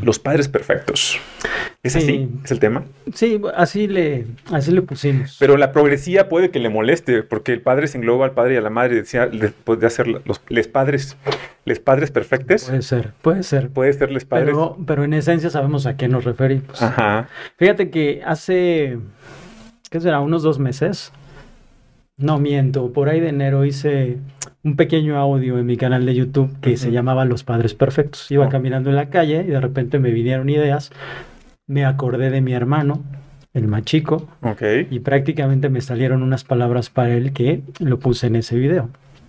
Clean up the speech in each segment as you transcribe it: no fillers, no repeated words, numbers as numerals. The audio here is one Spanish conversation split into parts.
Los padres perfectos. ¿Es así? ¿Es el tema? Sí, así le pusimos. Pero la progresía puede que le moleste, porque el padre se engloba al padre y a la madre. Decía, de hacer les padres perfectos. Puede ser. Puede ser les padres. Pero en esencia sabemos a qué nos referimos. Ajá. Fíjate que hace, ¿qué será? Unos 2 meses. No miento, por ahí de enero hice un pequeño audio en mi canal de YouTube que se llamaba Los Padres Perfectos. Iba caminando en la calle y de repente me vinieron ideas. Me acordé de mi hermano, el más chico, y prácticamente me salieron unas palabras para él que lo puse en ese video.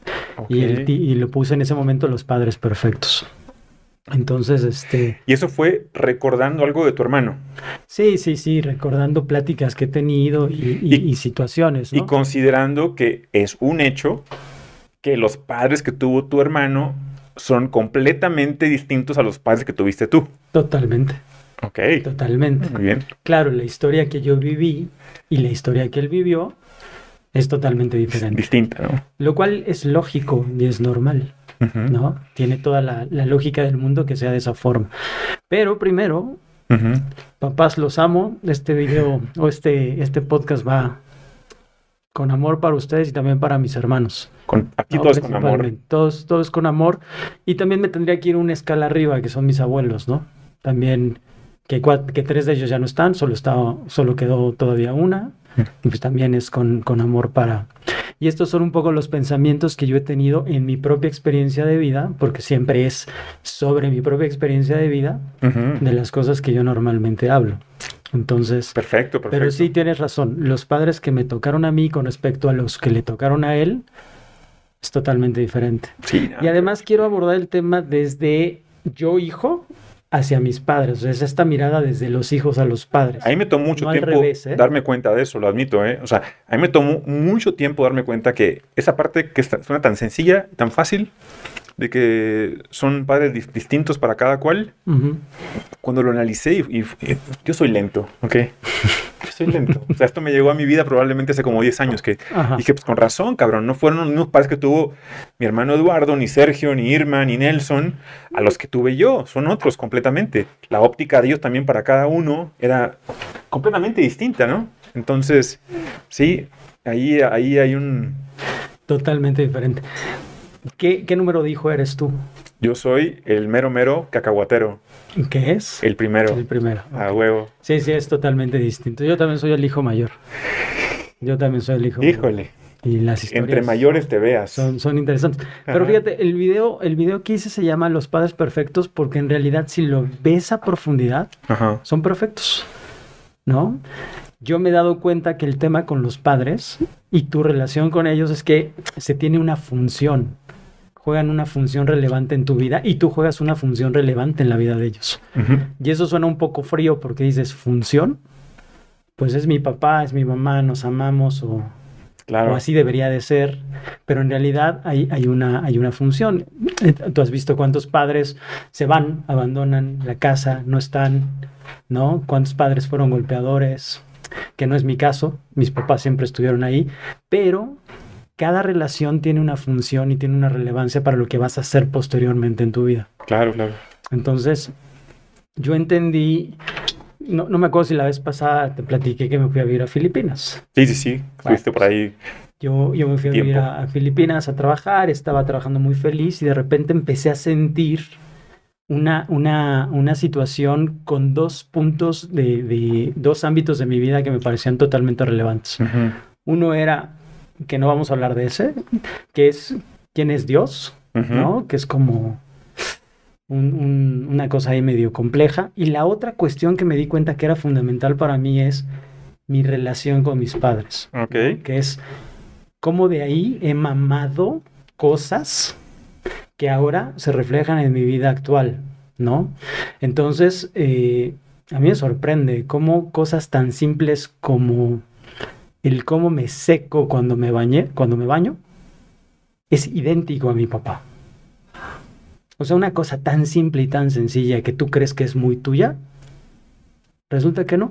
Y lo puse en ese momento Los Padres Perfectos. Entonces, ¿Y eso fue recordando algo de tu hermano? Sí, recordando pláticas que he tenido y situaciones, ¿no? Y considerando que es un hecho que los padres que tuvo tu hermano son completamente distintos a los padres que tuviste tú. Totalmente. Ok. Totalmente. Muy bien. Claro, la historia que yo viví y la historia que él vivió es totalmente diferente. Distinta, ¿no? Lo cual es lógico y es normal. ¿No? Tiene toda la lógica del mundo que sea de esa forma. Pero primero, papás, los amo. Este video o este podcast va con amor para ustedes y también para mis hermanos. Aquí todos con amor. Todos con amor. Y también me tendría que ir una escala arriba, que son mis abuelos, ¿no? También que 3 de ellos ya no están, solo quedó todavía una. Y pues también es con amor para... Y estos son un poco los pensamientos que yo he tenido en mi propia experiencia de vida, porque siempre es sobre mi propia experiencia de vida, de las cosas que yo normalmente hablo. Entonces... Perfecto. Pero sí tienes razón, los padres que me tocaron a mí con respecto a los que le tocaron a él, es totalmente diferente. Sí, y además quiero abordar el tema desde yo hijo hacia mis padres, o sea, es esta mirada desde los hijos a los padres. A mí me tomó mucho tiempo darme cuenta de eso, lo admito, O sea, a mí me tomó mucho tiempo darme cuenta que esa parte que suena tan sencilla, tan fácil, de que son padres distintos para cada cual, cuando lo analicé, y yo soy lento, ¿ok? Yo soy lento. O sea, esto me llegó a mi vida probablemente hace como 10 años, que dije, pues con razón, cabrón, no fueron los mismos padres que tuvo mi hermano Eduardo, ni Sergio, ni Irma, ni Nelson, a los que tuve yo, son otros completamente. La óptica de ellos también para cada uno era completamente distinta, ¿no? Entonces, sí, ahí hay un... Totalmente diferente. ¿Qué número de hijo eres tú? Yo soy el mero cacahuatero. ¿Qué es? El primero. El primero. A huevo. Sí, es totalmente distinto. Yo también soy el hijo mayor. Híjole. Y las historias... Entre mayores te veas. Son interesantes. Pero fíjate, el video que hice se llama Los Padres Perfectos porque en realidad si lo ves a profundidad, son perfectos, ¿no? Yo me he dado cuenta que el tema con los padres y tu relación con ellos es que se tiene una función. Juegan una función relevante en tu vida y tú juegas una función relevante en la vida de ellos. Y eso suena un poco frío porque dices, ¿función? Pues es mi papá, es mi mamá, nos amamos o así debería de ser. Pero en realidad hay una función. Tú has visto cuántos padres se van, abandonan la casa, no están, ¿no? Cuántos padres fueron golpeadores, que no es mi caso. Mis papás siempre estuvieron ahí, pero... Cada relación tiene una función y tiene una relevancia para lo que vas a hacer posteriormente en tu vida. Claro. Entonces, yo entendí, no me acuerdo si la vez pasada te platiqué que me fui a vivir a Filipinas. Sí, fuiste por ahí. Yo me fui a vivir a Filipinas a trabajar, estaba trabajando muy feliz y de repente empecé a sentir una situación con 2 puntos de 2 ámbitos de mi vida que me parecían totalmente relevantes. Uno era... que no vamos a hablar de ese, que es quién es Dios, ¿no? Que es como una cosa ahí medio compleja. Y la otra cuestión que me di cuenta que era fundamental para mí es mi relación con mis padres. ¿No? Que es cómo de ahí he mamado cosas que ahora se reflejan en mi vida actual, ¿no? Entonces, a mí me sorprende cómo cosas tan simples como... el cómo me seco cuando me baño, es idéntico a mi papá. O sea, una cosa tan simple y tan sencilla que tú crees que es muy tuya, resulta que no.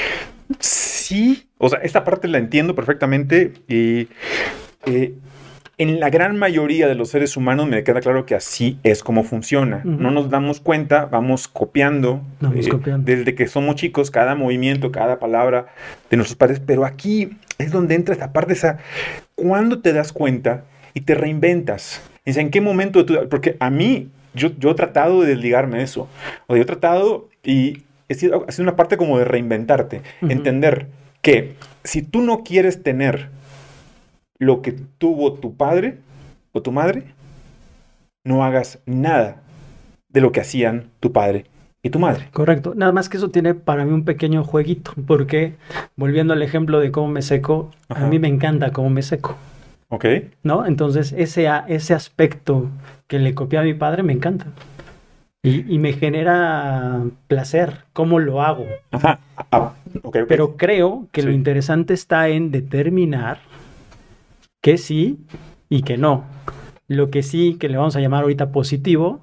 Sí, o sea, esta parte la entiendo perfectamente y en la gran mayoría de los seres humanos me queda claro que así es como funciona. No nos damos cuenta, vamos copiando. Desde que somos chicos, cada movimiento, cada palabra de nuestros padres. Pero aquí es donde entra esta parte, ¿cuándo te das cuenta y te reinventas? ¿En qué momento? Porque a mí, yo he tratado de desligarme de eso. O yo he tratado y ha sido una parte como de reinventarte. Entender que si tú no quieres tener lo que tuvo tu padre o tu madre, no hagas nada de lo que hacían tu padre y tu madre. Correcto. Nada más que eso tiene para mí un pequeño jueguito, porque volviendo al ejemplo de cómo me seco, a mí me encanta cómo me seco. Ok. ¿No? Entonces ese aspecto que le copié a mi padre me encanta. Y me genera placer cómo lo hago. Ajá. Okay. Pero creo que lo interesante está en determinar que sí y que no. Lo que sí, que le vamos a llamar ahorita positivo,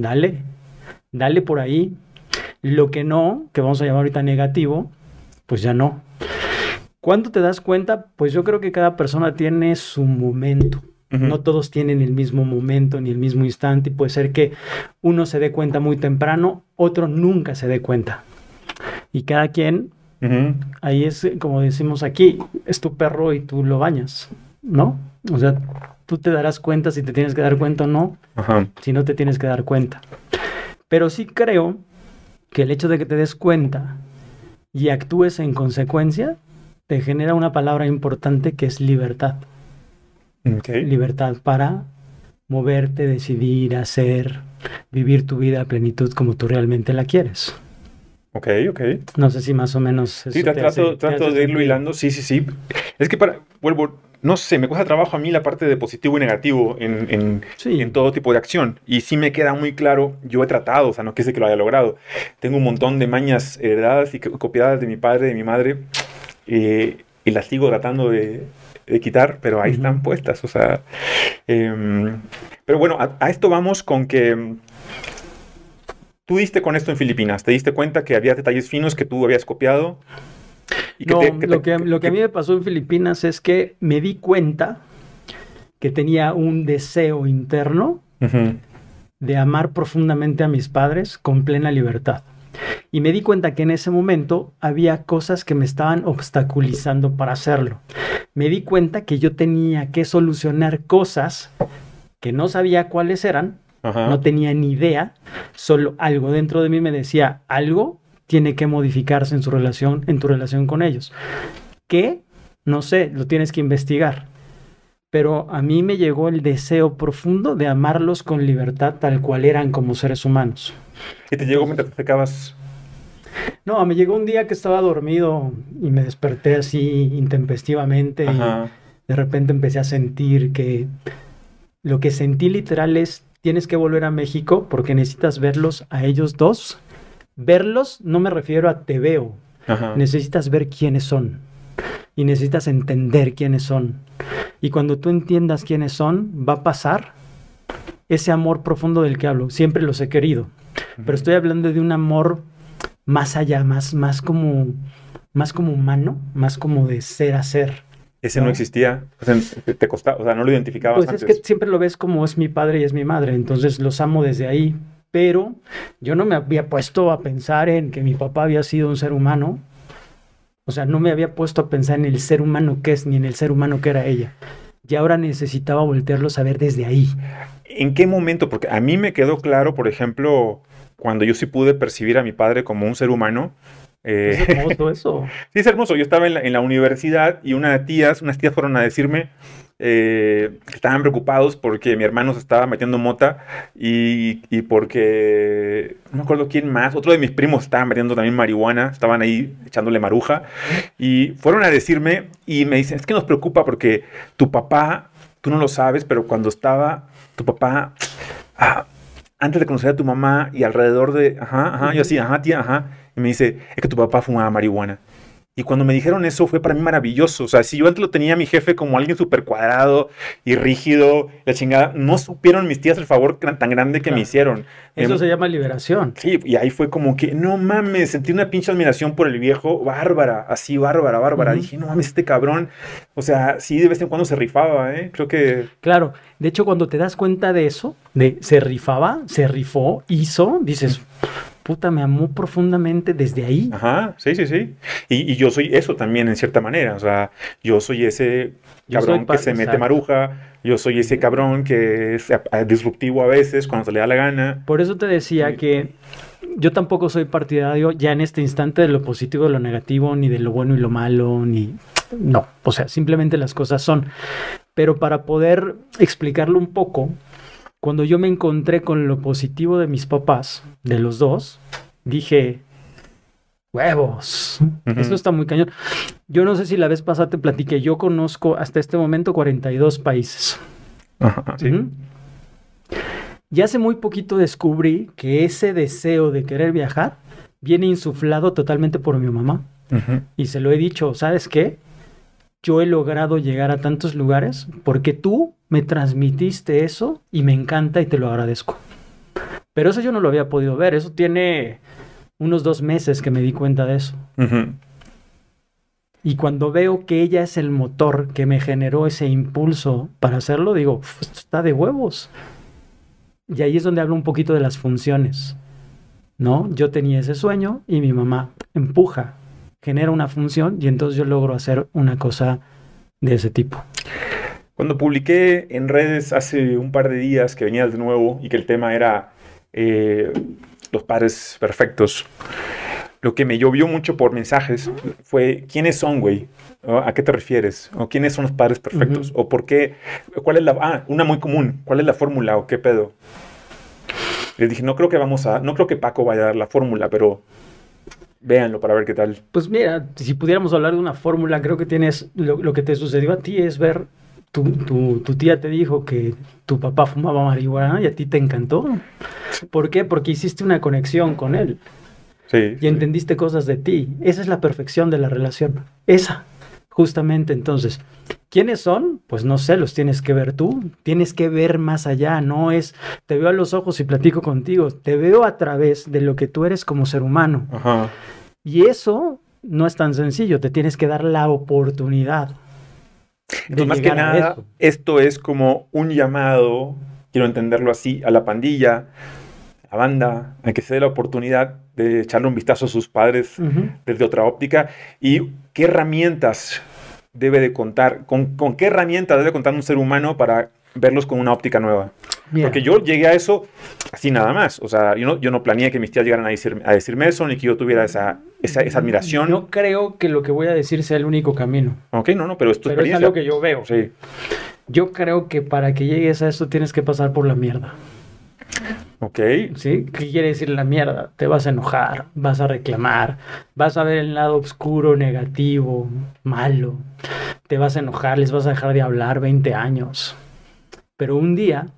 dale por ahí. Lo que no, que vamos a llamar ahorita negativo, pues ya no. ¿Cuándo te das cuenta? Pues yo creo que cada persona tiene su momento. No todos tienen el mismo momento ni el mismo instante, y puede ser que uno se dé cuenta muy temprano, otro nunca se dé cuenta. Y cada quien, ahí es como decimos aquí, es tu perro y tú lo bañas, ¿no? O sea, tú te darás cuenta si te tienes que dar cuenta o no, si no te tienes que dar cuenta. Pero sí creo que el hecho de que te des cuenta y actúes en consecuencia, te genera una palabra importante que es libertad. Okay. Libertad para moverte, decidir, hacer, vivir tu vida a plenitud como tú realmente la quieres. Ok. No sé si más o menos... Sí, trato de irlo hilando. Sí. Es que no sé, me cuesta trabajo a mí la parte de positivo y negativo en todo tipo de acción. Y sí me queda muy claro, yo he tratado, no quise que lo haya logrado. Tengo un montón de mañas heredadas y copiadas de mi padre, de mi madre, y las sigo tratando de quitar, pero ahí están puestas, pero bueno, a esto vamos con que tú diste con esto en Filipinas, te diste cuenta que había detalles finos que tú habías copiado. Y lo que a mí me pasó en Filipinas es que me di cuenta que tenía un deseo interno de amar profundamente a mis padres con plena libertad. Y me di cuenta que en ese momento había cosas que me estaban obstaculizando para hacerlo. Me di cuenta que yo tenía que solucionar cosas que no sabía cuáles eran, no tenía ni idea, solo algo dentro de mí me decía, algo tiene que modificarse en tu relación con ellos. ¿Qué? No sé, lo tienes que investigar. Pero a mí me llegó el deseo profundo de amarlos con libertad tal cual eran como seres humanos. ¿Y te llegó mientras te secabas? No, me llegó un día que estaba dormido y me desperté así intempestivamente y de repente empecé a sentir que lo que sentí literal es tienes que volver a México porque necesitas verlos a ellos dos. Verlos no me refiero a te veo. Necesitas ver quiénes son y necesitas entender quiénes son. Y cuando tú entiendas quiénes son, va a pasar ese amor profundo del que hablo. Siempre los he querido, pero estoy hablando de un amor más allá, más como humano, más como de ser a ser. Ese no existía, te costaba, no lo identificabas pues antes. Es que siempre lo ves como es mi padre y es mi madre, entonces los amo desde ahí, pero yo no me había puesto a pensar en que mi papá había sido un ser humano, o sea, no me había puesto a pensar en el ser humano que es, ni en el ser humano que era ella, y ahora necesitaba voltearlos a ver desde ahí. ¿En qué momento? Porque a mí me quedó claro, por ejemplo, cuando yo sí pude percibir a mi padre como un ser humano. Es hermoso eso. Sí, es hermoso. Yo estaba en la universidad y unas tías fueron a decirme que estaban preocupados porque mi hermano se estaba metiendo mota y porque, no me acuerdo quién más, otro de mis primos estaba metiendo también marihuana, estaban ahí echándole maruja y fueron a decirme y me dicen, es que nos preocupa porque tu papá, tú no lo sabes, pero cuando estaba tu papá... antes de conocer a tu mamá y alrededor de... yo así, tía, y me dice, es que tu papá fumaba marihuana. Y cuando me dijeron eso fue para mí maravilloso. O sea, si yo antes lo tenía a mi jefe como alguien súper cuadrado y rígido, la chingada, no supieron mis tías el favor tan grande que me hicieron. Eso se llama liberación. Sí, y ahí fue como que, no mames, sentí una pinche admiración por el viejo, bárbara, así, bárbara. Dije, no mames, este cabrón, o sea, sí, de vez en cuando se rifaba, ¿eh? Creo que... Claro, de hecho, cuando te das cuenta de eso, de se rifaba, se rifó, hizo, dices... Puta, me amó profundamente desde ahí. Ajá, sí. Y yo soy eso también, en cierta manera. O sea, yo soy ese cabrón que se mete maruja. Yo soy ese cabrón que es disruptivo a veces cuando se le da la gana. Por eso te decía que yo tampoco soy partidario ya en este instante de lo positivo y lo negativo, ni de lo bueno y lo malo, ni... No, o sea, simplemente las cosas son. Pero para poder explicarlo un poco... Cuando yo me encontré con lo positivo de mis papás, de los dos, dije, huevos, esto está muy cañón. Yo no sé si la vez pasada te platiqué, yo conozco hasta este momento 42 países. Ajá, sí. Y hace muy poquito descubrí que ese deseo de querer viajar viene insuflado totalmente por mi mamá. Y se lo he dicho, ¿sabes qué? Yo he logrado llegar a tantos lugares porque tú me transmitiste eso y me encanta y te lo agradezco. Pero eso yo no lo había podido ver. Eso tiene unos 2 meses que me di cuenta de eso. Y cuando veo que ella es el motor que me generó ese impulso para hacerlo, digo, esto está de huevos. Y ahí es donde hablo un poquito de las funciones, ¿no? Yo tenía ese sueño y mi mamá empuja, genera una función y entonces yo logro hacer una cosa de ese tipo. Cuando publiqué en redes hace un par de días que venías de nuevo y que el tema era los padres perfectos, lo que me llovió mucho por mensajes fue ¿quiénes son, güey? ¿A qué te refieres? ¿O quiénes son los padres perfectos? ¿O por qué? ¿Cuál es la...? Una muy común. ¿Cuál es la fórmula o qué pedo? Les dije, no creo que Paco vaya a dar la fórmula, pero véanlo para ver qué tal. Pues mira, si pudiéramos hablar de una fórmula, creo que tienes... Lo que te sucedió a ti es ver... Tu tía te dijo que tu papá fumaba marihuana y a ti te encantó. ¿Por qué? Porque hiciste una conexión con él. Sí, y entendiste cosas de ti. Esa es la perfección de la relación. Esa, justamente. Entonces, ¿quiénes son? Pues no sé, los tienes que ver tú. Tienes que ver más allá. No es, te veo a los ojos y platico contigo. Te veo a través de lo que tú eres como ser humano. Ajá. Y eso no es tan sencillo. Te tienes que dar la oportunidad. Entonces, más que nada, esto es como un llamado, quiero entenderlo así, a la pandilla, a la banda, a que se dé la oportunidad de echarle un vistazo a sus padres desde otra óptica. ¿Y qué herramientas debe de contar? ¿Con qué herramientas debe contar un ser humano para verlos con una óptica nueva? Mira. Porque yo llegué a eso así nada más. O sea, yo no planeé que mis tías llegaran a decirme eso, ni que yo tuviera esa admiración. No creo que lo que voy a decir sea el único camino. Ok, no, pero es tu experiencia. Es algo que yo veo. Sí. Yo creo que para que llegues a eso tienes que pasar por la mierda. Ok. ¿Sí? ¿Qué quiere decir la mierda? Te vas a enojar, vas a reclamar, vas a ver el lado oscuro, negativo, malo. Te vas a enojar, les vas a dejar de hablar 20 años. Pero un día,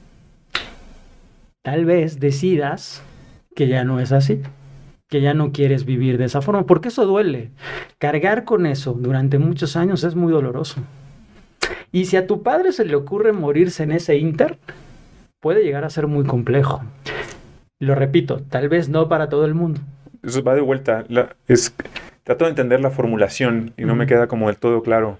tal vez decidas que ya no es así, que ya no quieres vivir de esa forma, porque eso duele. Cargar con eso durante muchos años es muy doloroso. Y si a tu padre se le ocurre morirse en ese inter, puede llegar a ser muy complejo. Lo repito, tal vez no para todo el mundo. Eso va de vuelta. Trato de entender la formulación y no me queda como del todo claro.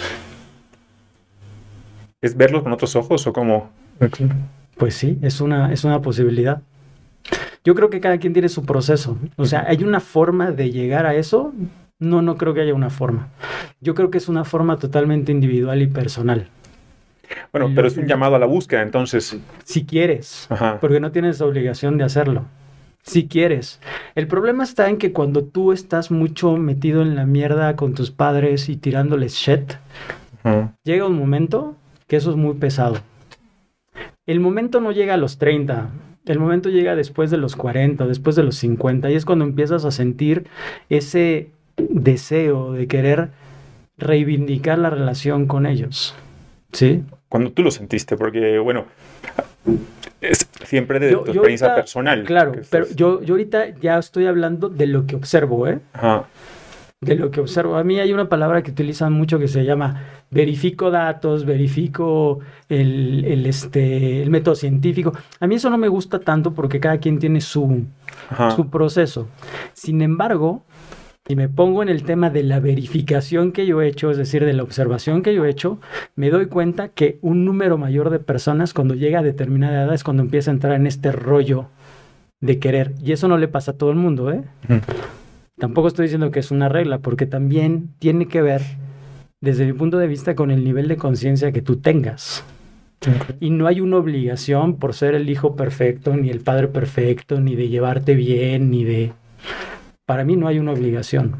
¿Es verlos con otros ojos o cómo? Pues sí, es una posibilidad. Yo creo que cada quien tiene su proceso. O sea, ¿hay una forma de llegar a eso? No creo que haya una forma. Yo creo que es una forma totalmente individual y personal. Bueno, pero es un llamado a la búsqueda, entonces. Si quieres, porque no tienes obligación de hacerlo. Si quieres. El problema está en que cuando tú estás mucho metido en la mierda con tus padres y tirándoles shit, llega un momento que eso es muy pesado. El momento no llega a los 30, el momento llega después de los 40, después de los 50, y es cuando empiezas a sentir ese deseo de querer reivindicar la relación con ellos. ¿Sí? Cuando tú lo sentiste, porque, bueno, es siempre de tu experiencia ahorita, personal. Claro, pero yo ahorita ya estoy hablando de lo que observo, ¿eh? Ajá. de lo que observo. A mí hay una palabra que utilizan mucho que se llama verifico datos, verifico el método científico. A mí eso no me gusta tanto porque cada quien tiene su proceso. Sin embargo, y me pongo en el tema de la verificación que yo he hecho, es decir, de la observación que yo he hecho, me doy cuenta que un número mayor de personas cuando llega a determinada edad es cuando empieza a entrar en este rollo de querer. Y eso no le pasa a todo el mundo, ¿eh? Tampoco estoy diciendo que es una regla, porque también tiene que ver, desde mi punto de vista, con el nivel de conciencia que tú tengas. Y no hay una obligación por ser el hijo perfecto, ni el padre perfecto, ni de llevarte bien, ni de... Para mí no hay una obligación.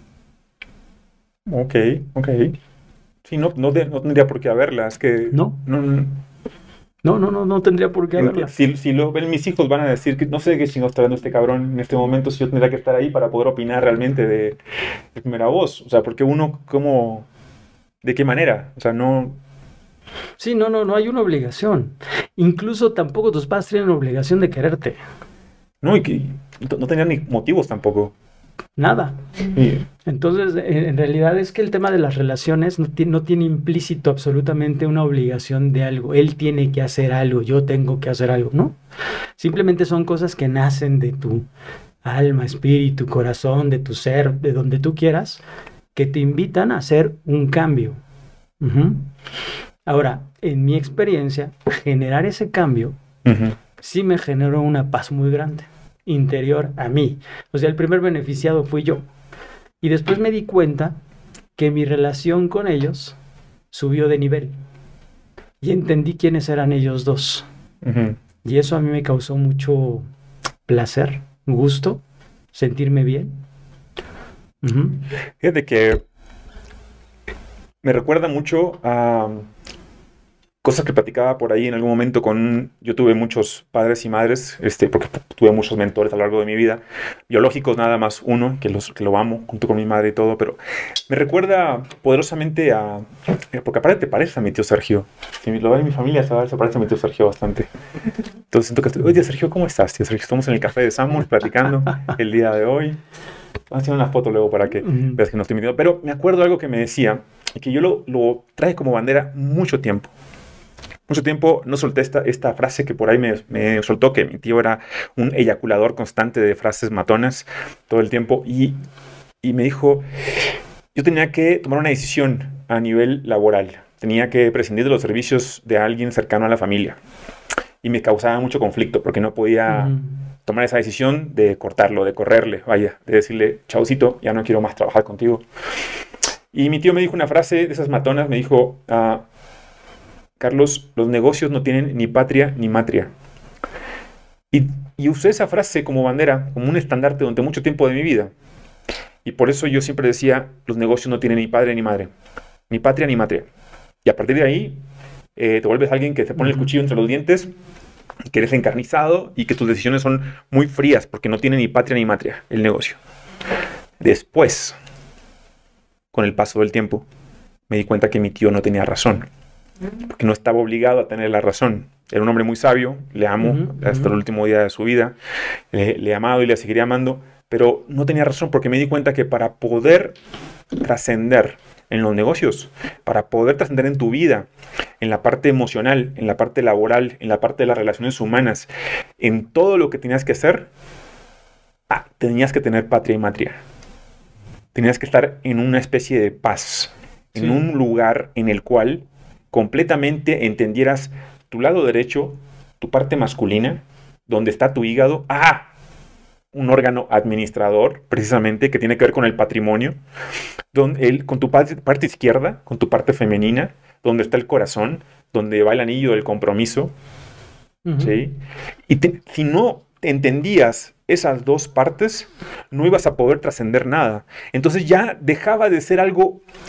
Ok. Sí, no tendría por qué haberla, es que... No tendría por qué haberla. Si lo ven mis hijos van a decir que no sé qué chingados está hablando este cabrón en este momento, si yo tendría que estar ahí para poder opinar realmente de primera voz. O sea, porque uno, ¿cómo? ¿De qué manera? O sea, no... Sí, no hay una obligación. Incluso tampoco tus padres tienen obligación de quererte. No, y que no tenían ni motivos tampoco. Nada. Sí. Entonces, en realidad es que el tema de las relaciones no tiene implícito absolutamente una obligación de algo. Él tiene que hacer algo, yo tengo que hacer algo, ¿no? Simplemente son cosas que nacen de tu alma, espíritu, corazón, de tu ser, de donde tú quieras, que te invitan a hacer un cambio. Ahora, en mi experiencia, generar ese cambio sí me generó una paz muy grande, interior a mí. O sea, el primer beneficiado fui yo. Y después me di cuenta que mi relación con ellos subió de nivel. Y entendí quiénes eran ellos dos. Y eso a mí me causó mucho placer, gusto, sentirme bien. Fíjate que me recuerda mucho a cosas que platicaba por ahí en algún momento yo tuve muchos padres y madres, porque tuve muchos mentores a lo largo de mi vida, biológicos nada más uno, que lo amo, junto con mi madre y todo, pero me recuerda poderosamente porque aparte te parece a mi tío Sergio. Si lo ve en mi familia, se parece a mi tío Sergio bastante. Entonces siento que, oye Sergio, ¿cómo estás, tío Sergio? Estamos en el café de Samuel platicando el día de hoy. Vamos a hacer una foto luego para que veas que no estoy mintiendo. Pero me acuerdo algo que me decía, y que yo lo traje como bandera mucho tiempo. Mucho tiempo no solté esta frase que por ahí me soltó, que mi tío era un eyaculador constante de frases matonas todo el tiempo, y me dijo, yo tenía que tomar una decisión a nivel laboral, tenía que prescindir de los servicios de alguien cercano a la familia, y me causaba mucho conflicto porque no podía tomar esa decisión de cortarlo, de correrle, vaya, de decirle, chaucito, ya no quiero más trabajar contigo. Y mi tío me dijo una frase de esas matonas, me dijo, Carlos, los negocios no tienen ni patria ni matria. Y usé esa frase como bandera, como un estandarte durante mucho tiempo de mi vida. Y por eso yo siempre decía, los negocios no tienen ni padre ni madre, ni patria ni matria. Y a partir de ahí, te vuelves alguien que se pone el cuchillo entre los dientes, que eres encarnizado y que tus decisiones son muy frías, porque no tiene ni patria ni matria el negocio. Después, con el paso del tiempo, me di cuenta que mi tío no tenía razón. Porque no estaba obligado a tener la razón. Era un hombre muy sabio, le amo hasta el último día de su vida, le he amado y le seguiré amando, pero no tenía razón porque me di cuenta que para poder trascender en los negocios, para poder trascender en tu vida, en la parte emocional, en la parte laboral, en la parte de las relaciones humanas, en todo lo que tenías que hacer, tenías que tener patria y matria. Tenías que estar en una especie de paz, en un lugar en el cual completamente entendieras tu lado derecho, tu parte masculina, donde está tu hígado, un órgano administrador, precisamente, que tiene que ver con el patrimonio, con tu parte izquierda, con tu parte femenina, donde está el corazón, donde va el anillo del compromiso, ¿sí? Y si no entendías esas dos partes, no ibas a poder trascender nada. Entonces ya dejaba de ser algo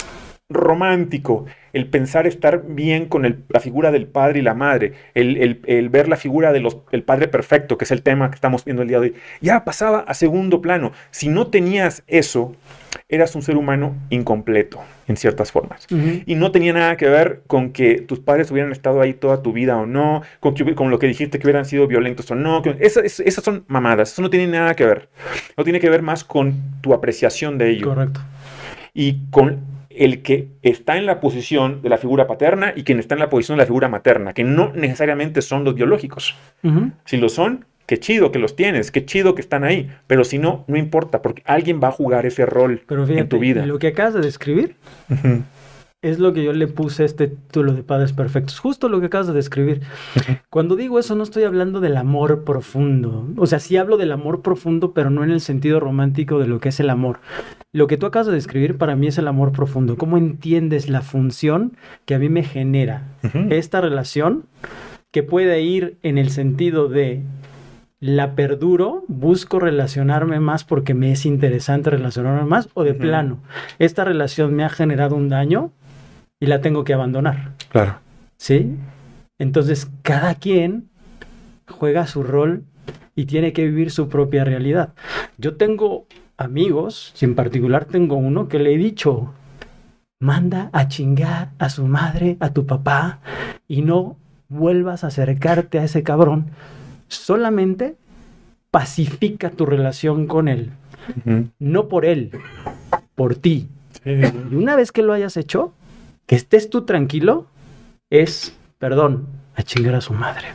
romántico, el pensar estar bien con la figura del padre y la madre, el ver la figura del padre perfecto, que es el tema que estamos viendo el día de hoy, ya pasaba a segundo plano. Si no tenías eso, eras un ser humano incompleto, en ciertas formas. Y no tenía nada que ver con que tus padres hubieran estado ahí toda tu vida o no, con lo que dijiste que hubieran sido violentos o no. Esas son mamadas, eso no tiene nada que ver. No tiene que ver más con tu apreciación de ello. Correcto. Y con el que está en la posición de la figura paterna y quien está en la posición de la figura materna, que no necesariamente son los biológicos. Si lo son, qué chido que los tienes, qué chido que están ahí, pero si no, no importa, porque alguien va a jugar ese rol en tu vida. Lo que acabas de describir es lo que yo le puse este título de Padres Perfectos, justo lo que acabas de describir. Cuando digo eso no estoy hablando del amor profundo, o sea, sí hablo del amor profundo, pero no en el sentido romántico de lo que es el amor. Lo que tú acabas de describir para mí es el amor profundo. ¿Cómo entiendes la función que a mí me genera esta relación, que puede ir en el sentido de la perduro, busco relacionarme más porque me es interesante relacionarme más, o de plano, esta relación me ha generado un daño y la tengo que abandonar? Claro. ¿Sí? Entonces, cada quien juega su rol y tiene que vivir su propia realidad. Yo tengo amigos, y en particular tengo uno que le he dicho, manda a chingar a su madre, a tu papá, y no vuelvas a acercarte a ese cabrón. Solamente pacifica tu relación con él. No por él, por ti. Y una vez que lo hayas hecho, que estés tú tranquilo, perdón, a chingar a su madre.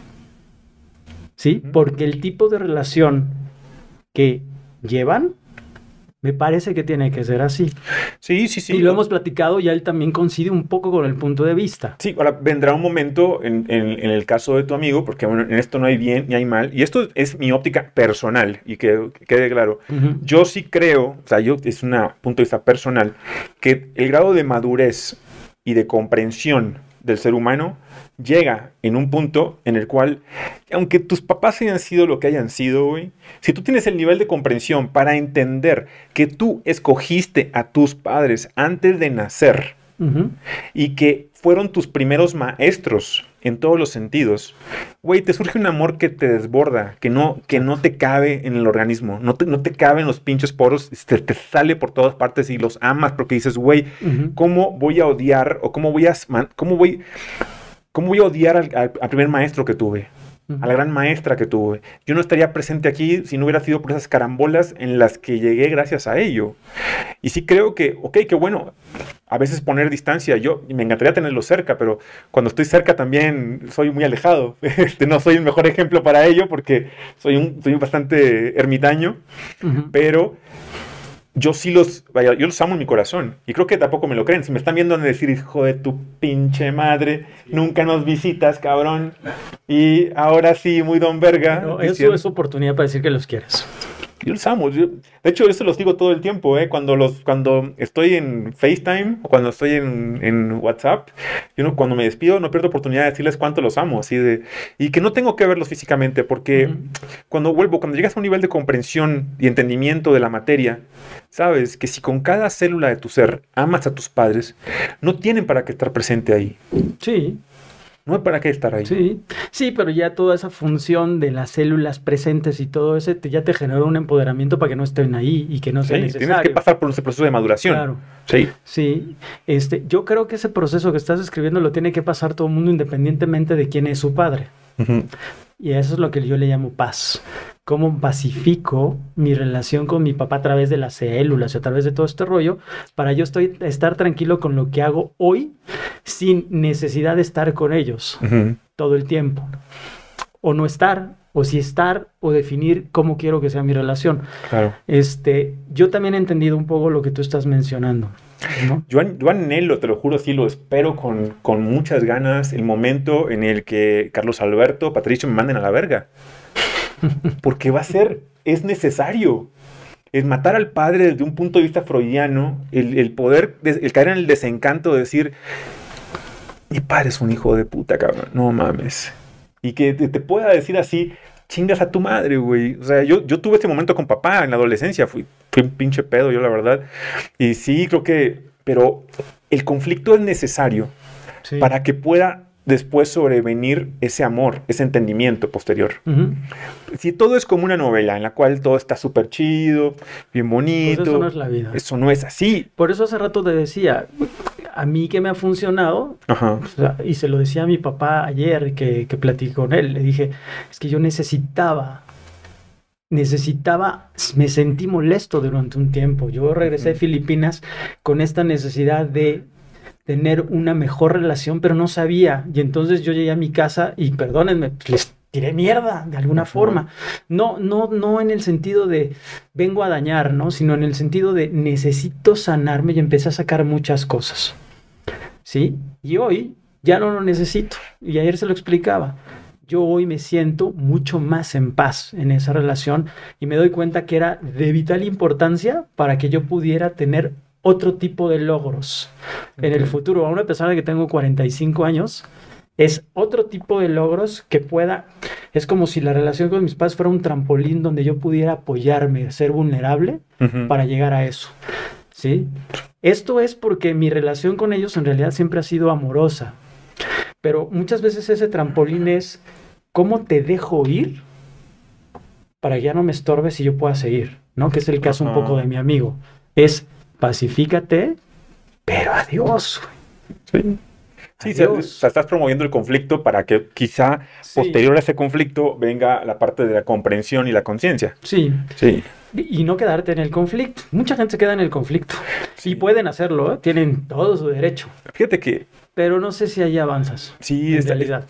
¿Sí? Porque el tipo de relación que llevan, me parece que tiene que ser así. Sí. Y lo hemos platicado, y él también coincide un poco con el punto de vista. Sí, ahora vendrá un momento en el caso de tu amigo, porque bueno, en esto no hay bien ni hay mal, y esto es mi óptica personal, y que quede claro. Yo sí creo, o sea, es un punto de vista personal, que el grado de madurez y de comprensión del ser humano llega en un punto en el cual, aunque tus papás hayan sido lo que hayan sido, güey, si tú tienes el nivel de comprensión para entender que tú escogiste a tus padres antes de nacer y que fueron tus primeros maestros en todos los sentidos, güey, te surge un amor que te desborda, que no te cabe en el organismo, no te cabe en los pinches poros, te sale por todas partes y los amas porque dices, güey, ¿cómo voy a odiar o cómo voy a odiar al primer maestro que tuve? A la gran maestra que tuve. Yo no estaría presente aquí si no hubiera sido por esas carambolas en las que llegué gracias a ello. Y sí creo que, qué bueno, a veces poner distancia. Yo me encantaría tenerlo cerca, pero cuando estoy cerca también soy muy alejado. No soy el mejor ejemplo para ello porque soy bastante ermitaño, pero yo los amo en mi corazón. Y creo que tampoco me lo creen. Si me están viendo, van a decir, hijo de tu pinche madre, nunca nos visitas, cabrón. Y ahora sí, muy don verga. No, eso es oportunidad para decir que los quieres. Yo los amo. De hecho, eso los digo todo el tiempo, ¿eh? Cuando estoy en FaceTime o cuando estoy en WhatsApp, cuando me despido no pierdo oportunidad de decirles cuánto los amo. Y que no tengo que verlos físicamente, porque cuando llegas a un nivel de comprensión y entendimiento de la materia, sabes que si con cada célula de tu ser amas a tus padres, no tienen para qué estar presente ahí. Sí. No hay para qué estar ahí. Sí, pero ya toda esa función de las células presentes y todo eso ya te generó un empoderamiento para que no estén ahí y que no sea necesario. Tienes que pasar por ese proceso de maduración. Claro. Sí. Yo creo que ese proceso que estás describiendo lo tiene que pasar todo el mundo independientemente de quién es su padre. Y eso es lo que yo le llamo paz. Cómo pacifico mi relación con mi papá a través de las células, a través de todo este rollo, para yo estar tranquilo con lo que hago hoy, sin necesidad de estar con ellos todo el tiempo. O no estar, o si estar, o definir cómo quiero que sea mi relación. Claro. Yo también he entendido un poco lo que tú estás mencionando, ¿no? Yo anhelo, te lo juro, sí lo espero con muchas ganas, el momento en el que Carlos Alberto, Patricio me manden a la verga. Porque es necesario. Es matar al padre desde un punto de vista freudiano, el caer en el desencanto de decir, mi padre es un hijo de puta, cabrón, no mames. Y que te pueda decir así, chingas a tu madre, güey. O sea, yo tuve este momento con papá en la adolescencia, fui un pinche pedo, yo la verdad. Y sí, creo que pero el conflicto es necesario para que pueda después sobrevenir ese amor, ese entendimiento posterior. Si todo es como una novela en la cual todo está súper chido, bien bonito. Pues eso no es la vida. Eso no es así. Por eso hace rato te decía, a mí que me ha funcionado, y se lo decía a mi papá ayer que platiqué con él, le dije, es que yo necesitaba, me sentí molesto durante un tiempo. Yo regresé de Filipinas con esta necesidad de tener una mejor relación, pero no sabía. Y entonces yo llegué a mi casa y, perdónenme, les tiré mierda de alguna forma. No en el sentido de vengo a dañar, ¿no? Sino en el sentido de necesito sanarme y empecé a sacar muchas cosas. ¿Sí? Y hoy ya no lo necesito. Y ayer se lo explicaba. Yo hoy me siento mucho más en paz en esa relación y me doy cuenta que era de vital importancia para que yo pudiera tener otro tipo de logros en el futuro. Aún a pesar de que tengo 45 años, es otro tipo de logros que pueda... Es como si la relación con mis padres fuera un trampolín donde yo pudiera apoyarme, ser vulnerable para llegar a eso. ¿Sí? Esto es porque mi relación con ellos en realidad siempre ha sido amorosa. Pero muchas veces ese trampolín es ¿cómo te dejo ir para que ya no me estorbes y yo pueda seguir? ¿No? Que es el caso un poco de mi amigo. Es pacifícate, pero adiós. Sí. Sí, o sea, estás promoviendo el conflicto para que quizá posterior a ese conflicto venga la parte de la comprensión y la conciencia. Sí. Y no quedarte en el conflicto. Mucha gente se queda en el conflicto. Sí. Y pueden hacerlo, ¿eh? Tienen todo su derecho. Fíjate que... Pero no sé si ahí avanzas. Sí, en realidad.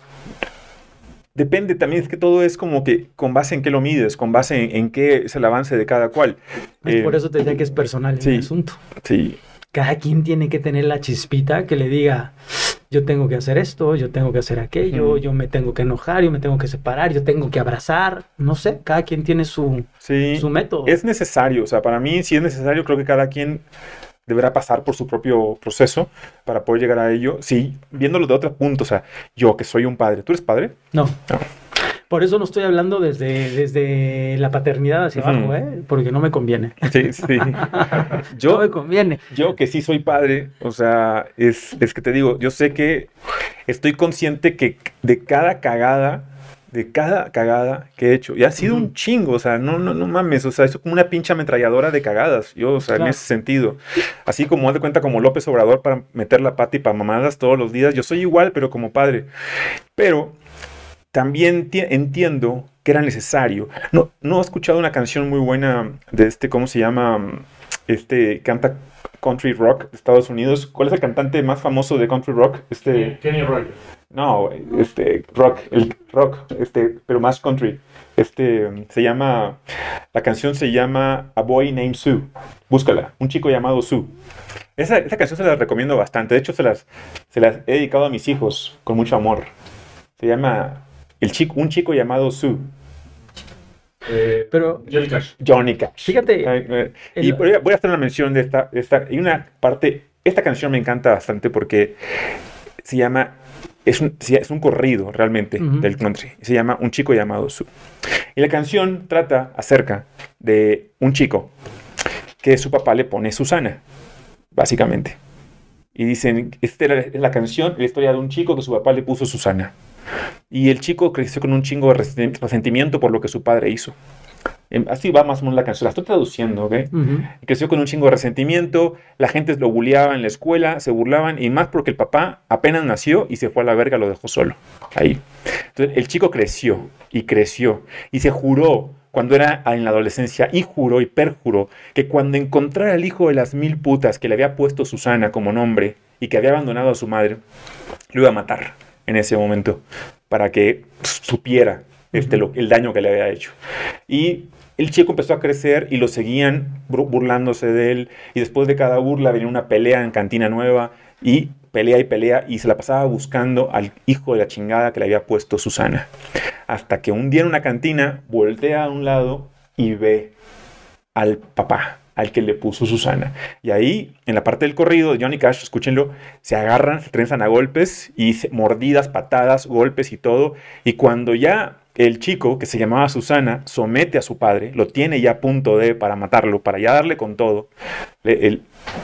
Depende también, es que todo es como que con base en qué lo mides, con base en qué es el avance de cada cual. Por eso te decía que es personal el asunto. Sí. Cada quien tiene que tener la chispita que le diga, yo tengo que hacer esto, yo tengo que hacer aquello, yo me tengo que enojar, yo me tengo que separar, yo tengo que abrazar. No sé, cada quien tiene su método. Es necesario, o sea, para mí sí es necesario, creo que cada quien deberá pasar por su propio proceso para poder llegar a ello. Sí, viéndolo de otro punto, o sea, yo que soy un padre, ¿tú eres padre? No. Por eso no estoy hablando desde la paternidad hacia abajo, porque no me conviene. Sí. No me conviene. Yo que sí soy padre, o sea, es que te digo, yo sé que estoy consciente que de cada cagada que he hecho, y ha sido un chingo, o sea, no mames, o sea, es como una pinche ametralladora de cagadas, yo, o sea, en ese sentido. Así como haz de cuenta como López Obrador para meter la pata y para mamadas todos los días, yo soy igual, pero como padre. Pero también entiendo que era necesario. No he escuchado una canción muy buena de ¿cómo se llama? Canta country rock de Estados Unidos. ¿Cuál es el cantante más famoso de country rock? Kenny Rogers. No, rock, pero más country. La canción se llama A Boy Named Sue. Búscala, un chico llamado Sue. Esa canción se la recomiendo bastante. De hecho, se las he dedicado a mis hijos con mucho amor. Se llama un chico llamado Sue. Pero Johnny Cash. Fíjate. Y voy a hacer una mención de esta. Hay una parte. Esta canción me encanta bastante porque se llama. Es un corrido realmente del country. Se llama Un chico llamado Sue. Y la canción trata acerca de un chico que su papá le pone Susana, básicamente. Y dicen, esta es la canción, la historia de un chico que su papá le puso Susana. Y el chico creció con un chingo de resentimiento por lo que su padre hizo. Así va más o menos la canción, la estoy traduciendo, ¿ok? Creció con un chingo de resentimiento, la gente lo bulleaba en la escuela, se burlaban, y más porque el papá apenas nació y se fue a la verga, lo dejó solo, ahí. Entonces el chico creció, y se juró, cuando era en la adolescencia, y juró y perjuró, que cuando encontrara al hijo de las 1000 putas que le había puesto Susana como nombre, y que había abandonado a su madre, lo iba a matar en ese momento, para que supiera el daño que le había hecho. Y el chico empezó a crecer y lo seguían burlándose de él, y después de cada burla venía una pelea en Cantina Nueva, y pelea, y se la pasaba buscando al hijo de la chingada que le había puesto Susana. Hasta que un día en una cantina voltea a un lado y ve al papá, al que le puso Susana. Y ahí, en la parte del corrido de Johnny Cash, escúchenlo, se agarran, se trenzan a golpes, y mordidas, patadas, golpes y todo. Y cuando ya el chico, que se llamaba Susana, somete a su padre, lo tiene ya a punto para matarlo, para ya darle con todo,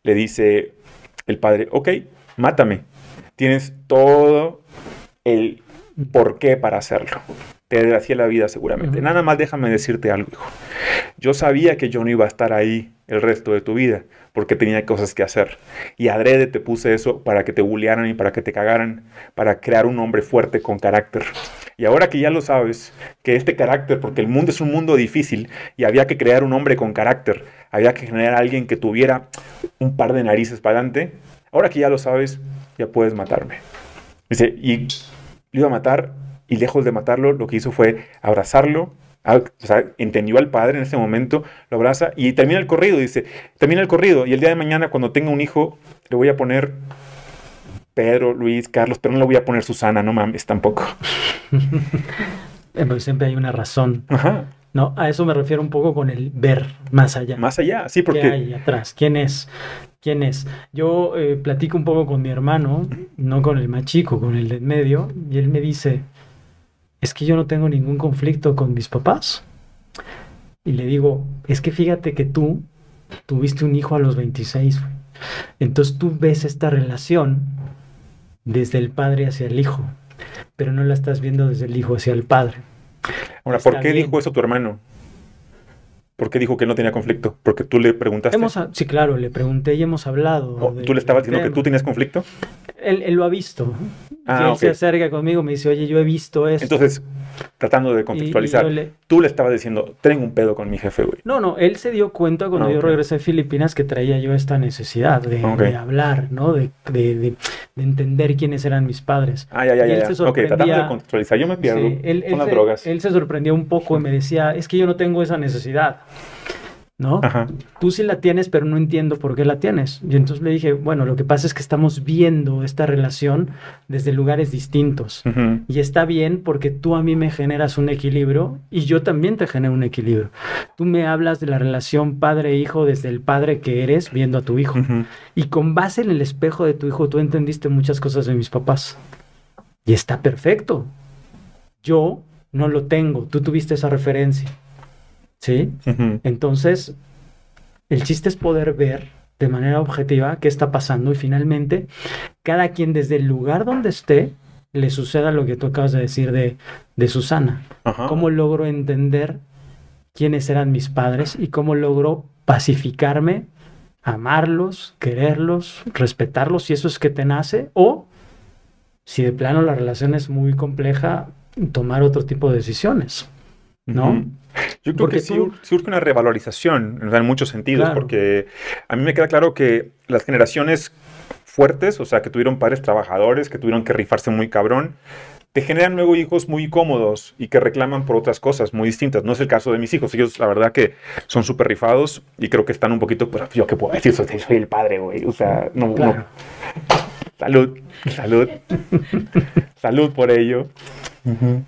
le dice el padre, ok, mátame. Tienes todo el porqué para hacerlo. Te desgracia la vida seguramente. Nada más déjame decirte algo, hijo. Yo sabía que yo no iba a estar ahí el resto de tu vida porque tenía cosas que hacer. Y adrede te puse eso para que te bullearan y para que te cagaran, para crear un hombre fuerte con carácter. Y ahora que ya lo sabes, que este carácter, porque el mundo es un mundo difícil y había que crear un hombre con carácter, había que generar a alguien que tuviera un par de narices para adelante, ahora que ya lo sabes, ya puedes matarme. Dice, y lo iba a matar, y lejos de matarlo, lo que hizo fue abrazarlo. O sea, entendió al padre en ese momento, lo abraza y termina el corrido. Dice, termina el corrido y el día de mañana cuando tenga un hijo le voy a poner Pedro, Luis, Carlos, pero no le voy a poner Susana, no mames tampoco. Pues siempre hay una razón. Ajá. No, a eso me refiero un poco con el ver más allá. Más allá, sí, porque... ¿Qué hay atrás? ¿Quién es? ¿Quién es? Yo platico un poco con mi hermano, no con el más chico, con el de en medio, y él me dice, es que yo no tengo ningún conflicto con mis papás. Y le digo, es que fíjate que tú tuviste un hijo a los 26. Entonces tú ves esta relación desde el padre hacia el hijo, pero no la estás viendo desde el hijo hacia el padre. Ahora, ¿por qué dijo eso tu hermano? ¿Por qué dijo que no tenía conflicto? ¿Porque tú le preguntaste? Sí, claro, le pregunté y hemos hablado. ¿Tú le estabas diciendo que tú tenías conflicto? Él lo ha visto. Él se acerca conmigo, me dice, oye, yo he visto esto. Entonces, tratando de contextualizar, tú le estabas diciendo, tengo un pedo con mi jefe, güey. No, él se dio cuenta cuando yo regresé a Filipinas que traía yo esta necesidad de hablar, ¿no? De entender quiénes eran mis padres. Ya. Tratando de contextualizar, yo me pierdo con las drogas. Él se sorprendió un poco y me decía, es que yo no tengo esa necesidad. ¿No? Ajá. Tú sí la tienes, pero no entiendo por qué la tienes. Y entonces le dije, bueno, lo que pasa es que estamos viendo esta relación desde lugares distintos. Uh-huh. Y está bien porque tú a mí me generas un equilibrio y yo también te genero un equilibrio. Tú me hablas de la relación padre-hijo desde el padre que eres viendo a tu hijo. Uh-huh. Y con base en el espejo de tu hijo, tú entendiste muchas cosas de mis papás. Y está perfecto. Yo no lo tengo. Tú tuviste esa referencia. ¿Sí? Uh-huh. Entonces, el chiste es poder ver de manera objetiva qué está pasando y finalmente, cada quien desde el lugar donde esté, le suceda lo que tú acabas de decir de Susana. Uh-huh. ¿Cómo logro entender quiénes eran mis padres y cómo logro pacificarme, amarlos, quererlos, respetarlos si eso es que te nace? O, si de plano la relación es muy compleja, tomar otro tipo de decisiones, ¿no? Uh-huh. Yo creo que sí surge una revalorización en muchos sentidos, claro. Porque a mí me queda claro que las generaciones fuertes, o sea, que tuvieron padres trabajadores, que tuvieron que rifarse muy cabrón, te generan luego hijos muy cómodos y que reclaman por otras cosas muy distintas. No es el caso de mis hijos. Ellos, la verdad, que son súper rifados y creo que están un poquito, pues, yo qué puedo decir, soy el padre, güey. O sea, no, claro. No. Salud por ello. Uh-huh.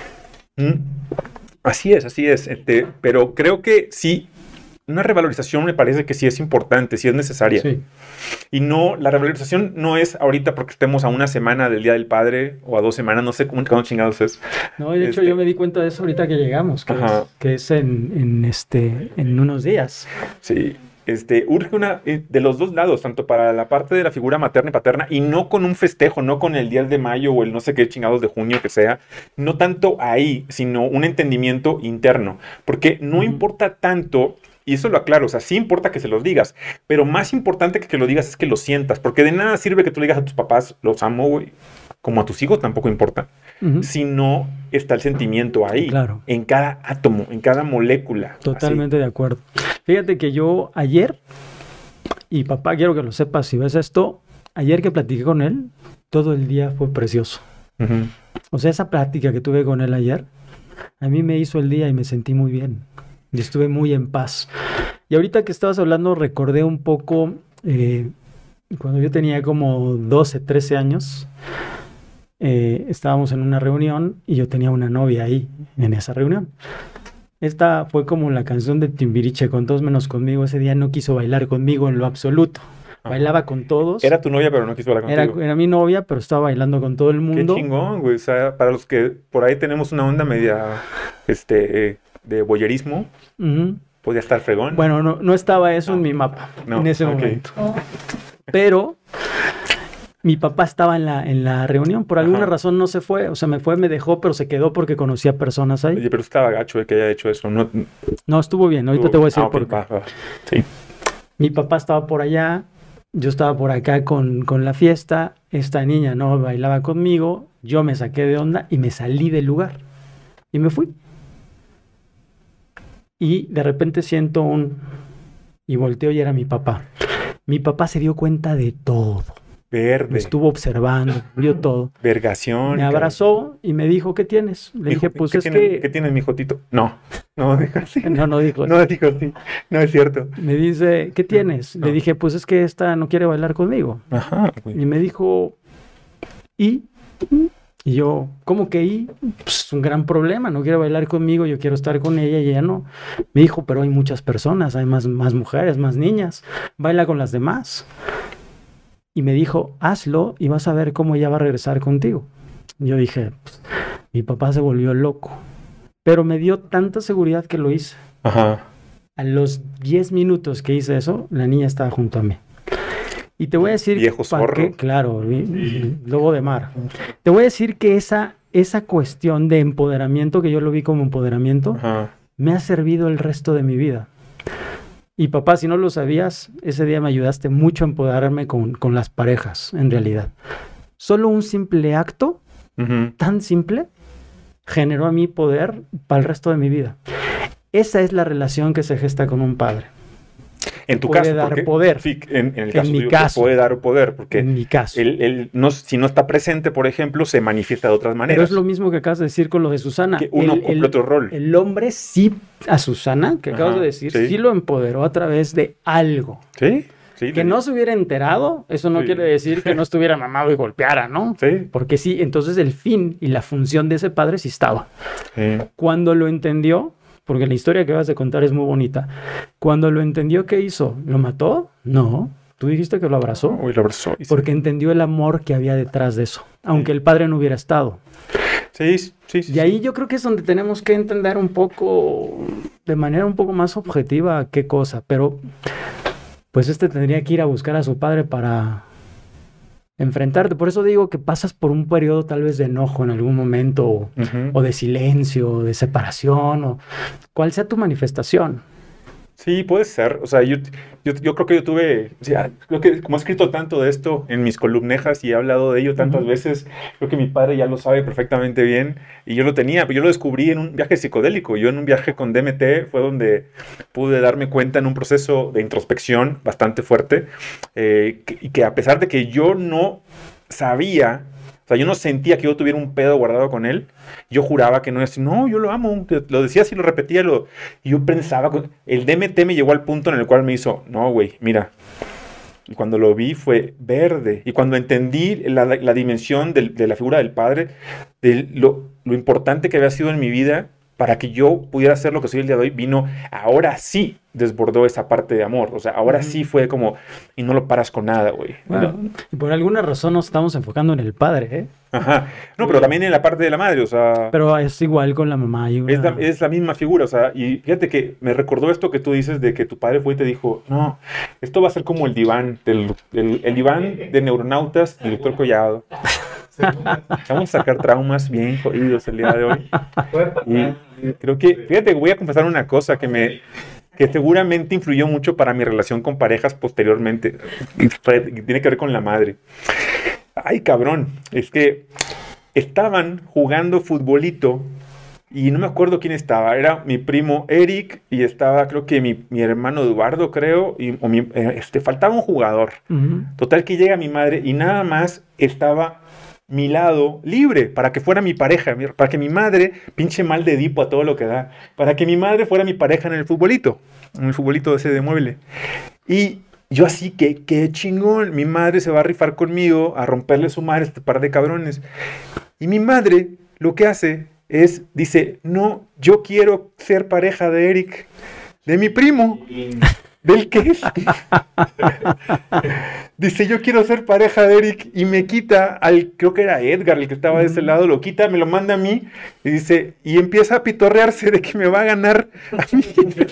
Así es. Pero creo que sí, una revalorización me parece que sí es importante, sí es necesaria. Sí. Y no, la revalorización no es ahorita porque estemos a una semana del Día del Padre o a 2 semanas, no sé cuándo chingados es. No, de hecho yo me di cuenta de eso ahorita que llegamos, que es en unos días. Sí. Urge una de los dos lados, tanto para la parte de la figura materna y paterna, y no con un festejo, no con el 10 de mayo o el no sé qué chingados de junio que sea, no tanto ahí, sino un entendimiento interno, porque no importa tanto, y eso lo aclaro, o sea, sí importa que se los digas, pero más importante que lo digas es que lo sientas, porque de nada sirve que tú le digas a tus papás, los amo, güey, como a tus hijos tampoco importa, si no está el sentimiento ahí, claro. En cada átomo, en cada molécula. Totalmente de acuerdo. Fíjate que yo ayer, y papá, quiero que lo sepas si ves esto, ayer que platiqué con él, todo el día fue precioso. Uh-huh. O sea, esa plática que tuve con él ayer, a mí me hizo el día y me sentí muy bien. Y estuve muy en paz. Y ahorita que estabas hablando, recordé un poco, cuando yo tenía como 12, 13 años, estábamos en una reunión y yo tenía una novia ahí, en esa reunión. Esta fue como la canción de Timbiriche, con todos menos conmigo. Ese día no quiso bailar conmigo en lo absoluto. Bailaba con todos. Era tu novia, pero no quiso bailar contigo. Era mi novia, pero estaba bailando con todo el mundo. Qué chingón, güey. O sea, para los que por ahí tenemos una onda media, de voyerismo. Uh-huh. Podía estar fregón. Bueno, no estaba eso en mi mapa en ese momento. Pero mi papá estaba en la reunión, por alguna razón no se fue, o sea, me dejó, pero se quedó porque conocía personas ahí. Oye, pero estaba gacho de que haya hecho eso. No, estuvo bien, ahorita te voy a decir por qué. Sí. Mi papá estaba por allá, yo estaba por acá con la fiesta, esta niña no bailaba conmigo, yo me saqué de onda y me salí del lugar. Y me fui. Y de repente siento y volteo y era mi papá. Mi papá se dio cuenta de todo. Verde. Me estuvo observando, vio todo. Vergación. Me abrazó y me dijo, ¿qué tienes? Le dije, pues ¿Qué tienes, mi jotito? No dijo así. No dijo No dijo así. No es cierto. Me dice, ¿qué tienes? Le dije, pues es que esta no quiere bailar conmigo. Ajá. Güey. Y me dijo, ¿y? Y yo, ¿cómo que y? Pues es un gran problema, no quiere bailar conmigo, yo quiero estar con ella y ella no. Me dijo, pero hay muchas personas, hay más mujeres, más niñas, baila con las demás. Y me dijo, hazlo y vas a ver cómo ella va a regresar contigo. Yo dije, pues, mi papá se volvió loco. Pero me dio tanta seguridad que lo hice. Ajá. A los 10 minutos que hice eso, la niña estaba junto a mí. Y te voy a decir... Viejo zorro. Claro, lobo de mar. Te voy a decir que esa cuestión de empoderamiento, que yo lo vi como empoderamiento, Ajá, me ha servido el resto de mi vida. Y papá, si no lo sabías, ese día me ayudaste mucho a empoderarme con las parejas, en realidad. Solo un simple acto, tan simple, generó a mí poder para el resto de mi vida. Esa es la relación que se gesta con un padre. En tu puede caso, dar porque, poder. Sí, en el caso, en mi caso, puede dar poder, porque en mi caso. Él no, si no está presente, por ejemplo, se manifiesta de otras maneras. Pero es lo mismo que acabas de decir con lo de Susana. Que uno cumple otro rol. El hombre sí, a Susana, que acabas de decir, sí lo empoderó a través de algo. Sí. Sí, que no se hubiera enterado, eso no quiere decir que no estuviera mamado y golpeara, ¿no? Sí. Porque sí, entonces el fin y la función de ese padre sí estaba. Sí. Cuando lo entendió, porque la historia que vas a contar es muy bonita, cuando lo entendió, ¿qué hizo? ¿Lo mató? No. Tú dijiste que lo abrazó. No, lo abrazó. Porque entendió el amor que había detrás de eso, aunque el padre no hubiera estado. Sí. Y ahí yo creo que es donde tenemos que entender un poco, de manera un poco más objetiva, qué cosa, pero... pues tendría que ir a buscar a su padre para enfrentarte. Por eso digo que pasas por un periodo tal vez de enojo en algún momento, o de silencio, de separación, o cual sea tu manifestación. Sí, puede ser. O sea, yo creo que yo tuve, o sea, creo que como he escrito tanto de esto en mis columnejas y he hablado de ello tantas veces, creo que mi padre ya lo sabe perfectamente bien y yo lo tenía, pero yo lo descubrí en un viaje psicodélico. Yo en un viaje con DMT fue donde pude darme cuenta en un proceso de introspección bastante fuerte y que a pesar de que yo no sabía, o sea, yo no sentía que yo tuviera un pedo guardado con él. Yo juraba que no es así. No, yo lo amo. Lo decía así, lo repetía. Y yo pensaba... El DMT me llegó al punto en el cual me hizo... No, güey, mira. Y cuando lo vi fue verde. Y cuando entendí la dimensión de la figura del padre, de lo importante que había sido en mi vida para que yo pudiera hacer lo que soy el día de hoy, vino... Ahora sí desbordó esa parte de amor. O sea, ahora sí fue como... Y no lo paras con nada, güey. Bueno, y por alguna razón nos estamos enfocando en el padre, ¿eh? Ajá. No, pero también en la parte de la madre, o sea... Pero es igual con la mamá. Es la misma figura, o sea, y fíjate que me recordó esto que tú dices de que tu padre fue y te dijo, no, esto va a ser como el diván, el diván de neuronautas del doctor Collado. Vamos a sacar traumas bien jodidos el día de hoy. Y creo que, fíjate, voy a confesar una cosa que seguramente influyó mucho para mi relación con parejas posteriormente. Y tiene que ver con la madre. Ay, cabrón, es que estaban jugando futbolito y no me acuerdo quién estaba. Era mi primo Eric y estaba, creo que mi hermano Eduardo, creo, faltaba un jugador. Total que llega mi madre y nada más estaba mi lado libre para que fuera mi pareja, para que mi madre, pinche mal de Edipo a todo lo que da, para que mi madre fuera mi pareja en el futbolito ese de mueble. Y yo así, que chingón, mi madre se va a rifar conmigo a romperle su madre a este par de cabrones. Y mi madre lo que hace es, dice, no, yo quiero ser pareja de Eric, de mi primo. ¿Del qué? Dice, yo quiero ser pareja de Eric y me quita creo que era Edgar el que estaba de ese lado, lo quita, me lo manda a mí y dice, y empieza a pitorrearse de que me va a ganar a mí.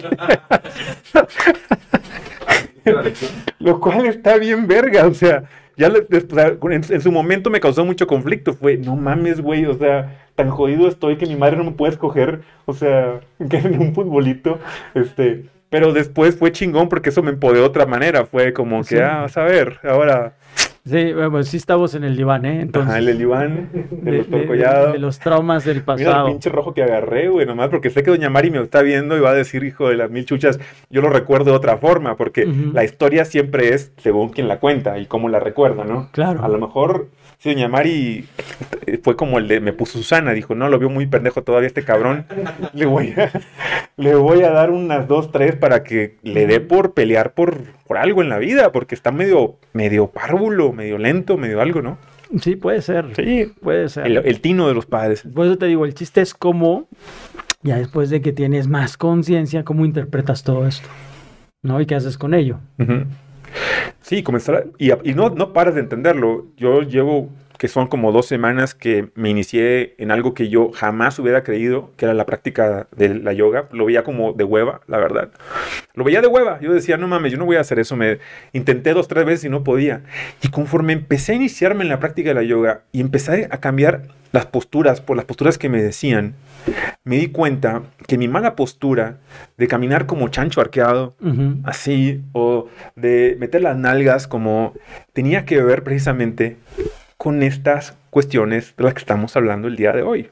Lo cual está bien verga, o sea, ya en su momento me causó mucho conflicto, fue, no mames, güey, o sea, tan jodido estoy que mi madre no me puede escoger, o sea, que en un futbolito, pero después fue chingón porque eso me empoderó de otra manera, fue como que, vas a ver, ahora... Sí, bueno, sí estamos en el diván, ¿eh? Entonces, ajá, el diván de los torcollados. De los traumas del pasado. Mira el pinche rojo que agarré, güey, nomás porque sé que doña Mari me está viendo y va a decir, hijo de las mil chuchas, yo lo recuerdo de otra forma, porque la historia siempre es según quien la cuenta y cómo la recuerda, ¿no? Claro. A lo mejor, si doña Mari fue como el de me puso Susana, dijo, no, lo vio muy pendejo todavía este cabrón, le voy a dar unas 2, 3 para que le dé por pelear por algo en la vida, porque está medio párvulo, medio lento, medio algo, ¿no? Sí, puede ser. Sí, puede ser. El tino de los padres. Por eso te digo, el chiste es cómo, ya después de que tienes más conciencia, cómo interpretas todo esto, ¿no? Y qué haces con ello. Uh-huh. Sí, comenzar y no paras de entenderlo. Yo llevo que son como 2 semanas que me inicié en algo que yo jamás hubiera creído, que era la práctica de la yoga. Lo veía como de hueva, la verdad. Lo veía de hueva. Yo decía, no mames, yo no voy a hacer eso. Intenté 2, 3 veces y no podía. Y conforme empecé a iniciarme en la práctica de la yoga y empecé a cambiar las posturas por las posturas que me decían, me di cuenta que mi mala postura de caminar como chancho arqueado, así, o de meter las nalgas como, tenía que ver precisamente con estas cuestiones de las que estamos hablando el día de hoy.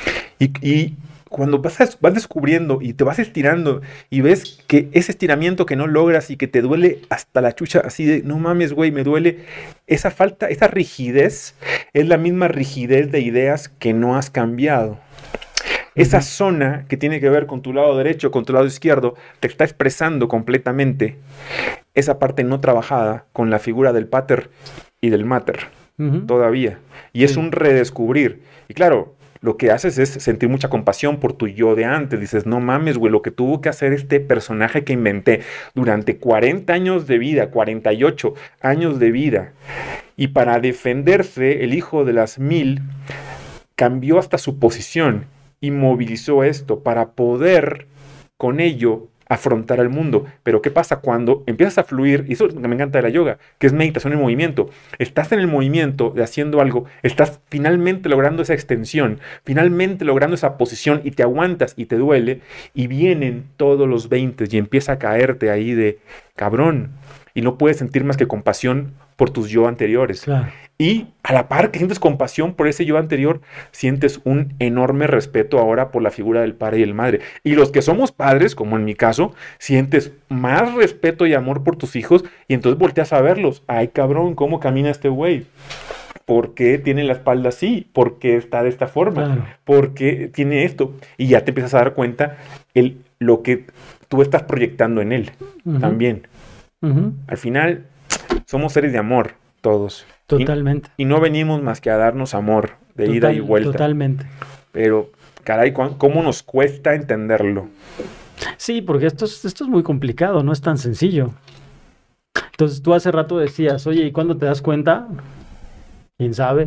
Y cuando vas descubriendo y te vas estirando y ves que ese estiramiento que no logras y que te duele hasta la chucha, así de, no mames, güey, me duele, esa falta, esa rigidez, es la misma rigidez de ideas que no has cambiado. Esa zona que tiene que ver con tu lado derecho, con tu lado izquierdo, te está expresando completamente esa parte no trabajada con la figura del pater y del mater. Todavía. Y es un redescubrir. Y claro, lo que haces es sentir mucha compasión por tu yo de antes. Dices, no mames, güey, lo que tuvo que hacer este personaje que inventé durante 40 años de vida, 48 años de vida. Y para defenderse, el hijo de las 1000 cambió hasta su posición y movilizó esto para poder con ello afrontar al mundo. Pero ¿qué pasa cuando empiezas a fluir? Y eso es lo que me encanta de la yoga, que es meditación en movimiento. Estás en el movimiento de haciendo algo, estás finalmente logrando esa extensión, finalmente logrando esa posición y te aguantas y te duele y vienen todos los 20 y empieza a caerte ahí de cabrón y no puedes sentir más que compasión por tus yo anteriores. Claro. Y a la par que sientes compasión por ese yo anterior, sientes un enorme respeto ahora por la figura del padre y el madre. Y los que somos padres, como en mi caso, sientes más respeto y amor por tus hijos y entonces volteas a verlos. Ay, cabrón, ¿cómo camina este güey? ¿Por qué tiene la espalda así? ¿Por qué está de esta forma? Claro. ¿Por qué tiene esto? Y ya te empiezas a dar cuenta lo que tú estás proyectando en él también. Al final, somos seres de amor, todos. Totalmente. Y no venimos más que a darnos amor de ida y vuelta. Totalmente. Pero, caray, ¿cómo nos cuesta entenderlo? Sí, porque esto es muy complicado, no es tan sencillo. Entonces, tú hace rato decías, oye, ¿y cuándo te das cuenta? ¿Quién sabe?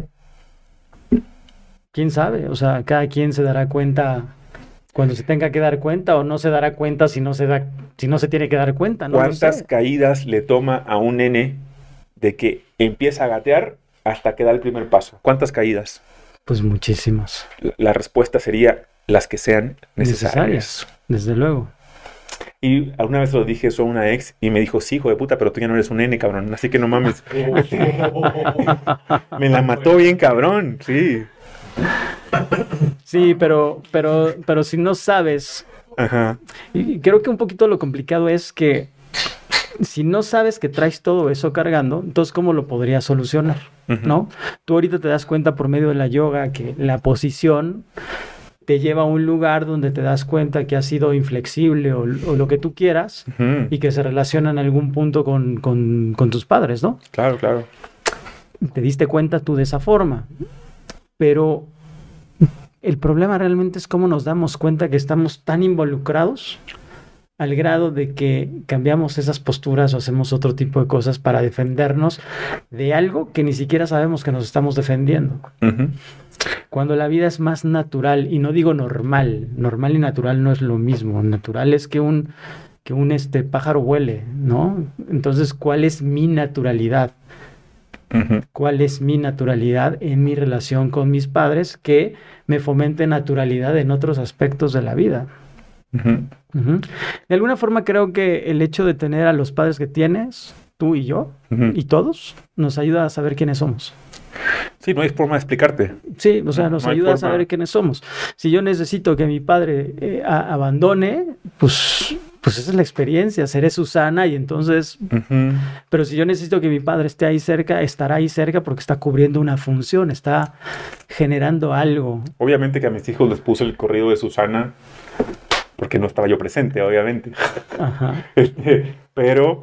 ¿Quién sabe? O sea, cada quien se dará cuenta cuando se tenga que dar cuenta o no se dará cuenta si no se tiene que dar cuenta. No ¿Cuántas caídas le toma a un nene de que empieza a gatear hasta que da el primer paso? ¿Cuántas caídas? Pues muchísimas. La respuesta sería las que sean necesarias. Desde luego. Y alguna vez lo dije eso a una ex y me dijo, sí, hijo de puta, pero tú ya no eres un nene, cabrón, así que no mames. Me la mató bien, cabrón, sí. Sí, pero si no sabes... Ajá. Y creo que un poquito lo complicado es que si no sabes que traes todo eso cargando, entonces ¿cómo lo podrías solucionar? ¿No? Tú ahorita te das cuenta por medio de la yoga que la posición te lleva a un lugar donde te das cuenta que has sido inflexible o lo que tú quieras y que se relaciona en algún punto con tus padres, ¿no? Claro, claro. Te diste cuenta tú de esa forma, pero el problema realmente es cómo nos damos cuenta que estamos tan involucrados al grado de que cambiamos esas posturas o hacemos otro tipo de cosas para defendernos de algo que ni siquiera sabemos que nos estamos defendiendo. Uh-huh. Cuando la vida es más natural, y no digo normal y natural no es lo mismo. Natural es que un pájaro vuele, ¿no? Entonces, ¿cuál es mi naturalidad? Uh-huh. ¿Cuál es mi naturalidad en mi relación con mis padres que me fomente naturalidad en otros aspectos de la vida? Uh-huh. Uh-huh. De alguna forma creo que el hecho de tener a los padres que tienes, tú y yo, uh-huh, y todos, nos ayuda a saber quiénes somos. Sí, no hay forma de explicarte. Sí, o sea, nos ayuda a saber quiénes somos. Si yo necesito que mi padre abandone, pues esa es la experiencia, seré Susana y entonces... Uh-huh. Pero si yo necesito que mi padre esté ahí cerca, estará ahí cerca porque está cubriendo una función, está generando algo. Obviamente que a mis hijos les puse el corrido de Susana porque no estaba yo presente, obviamente. Ajá. Pero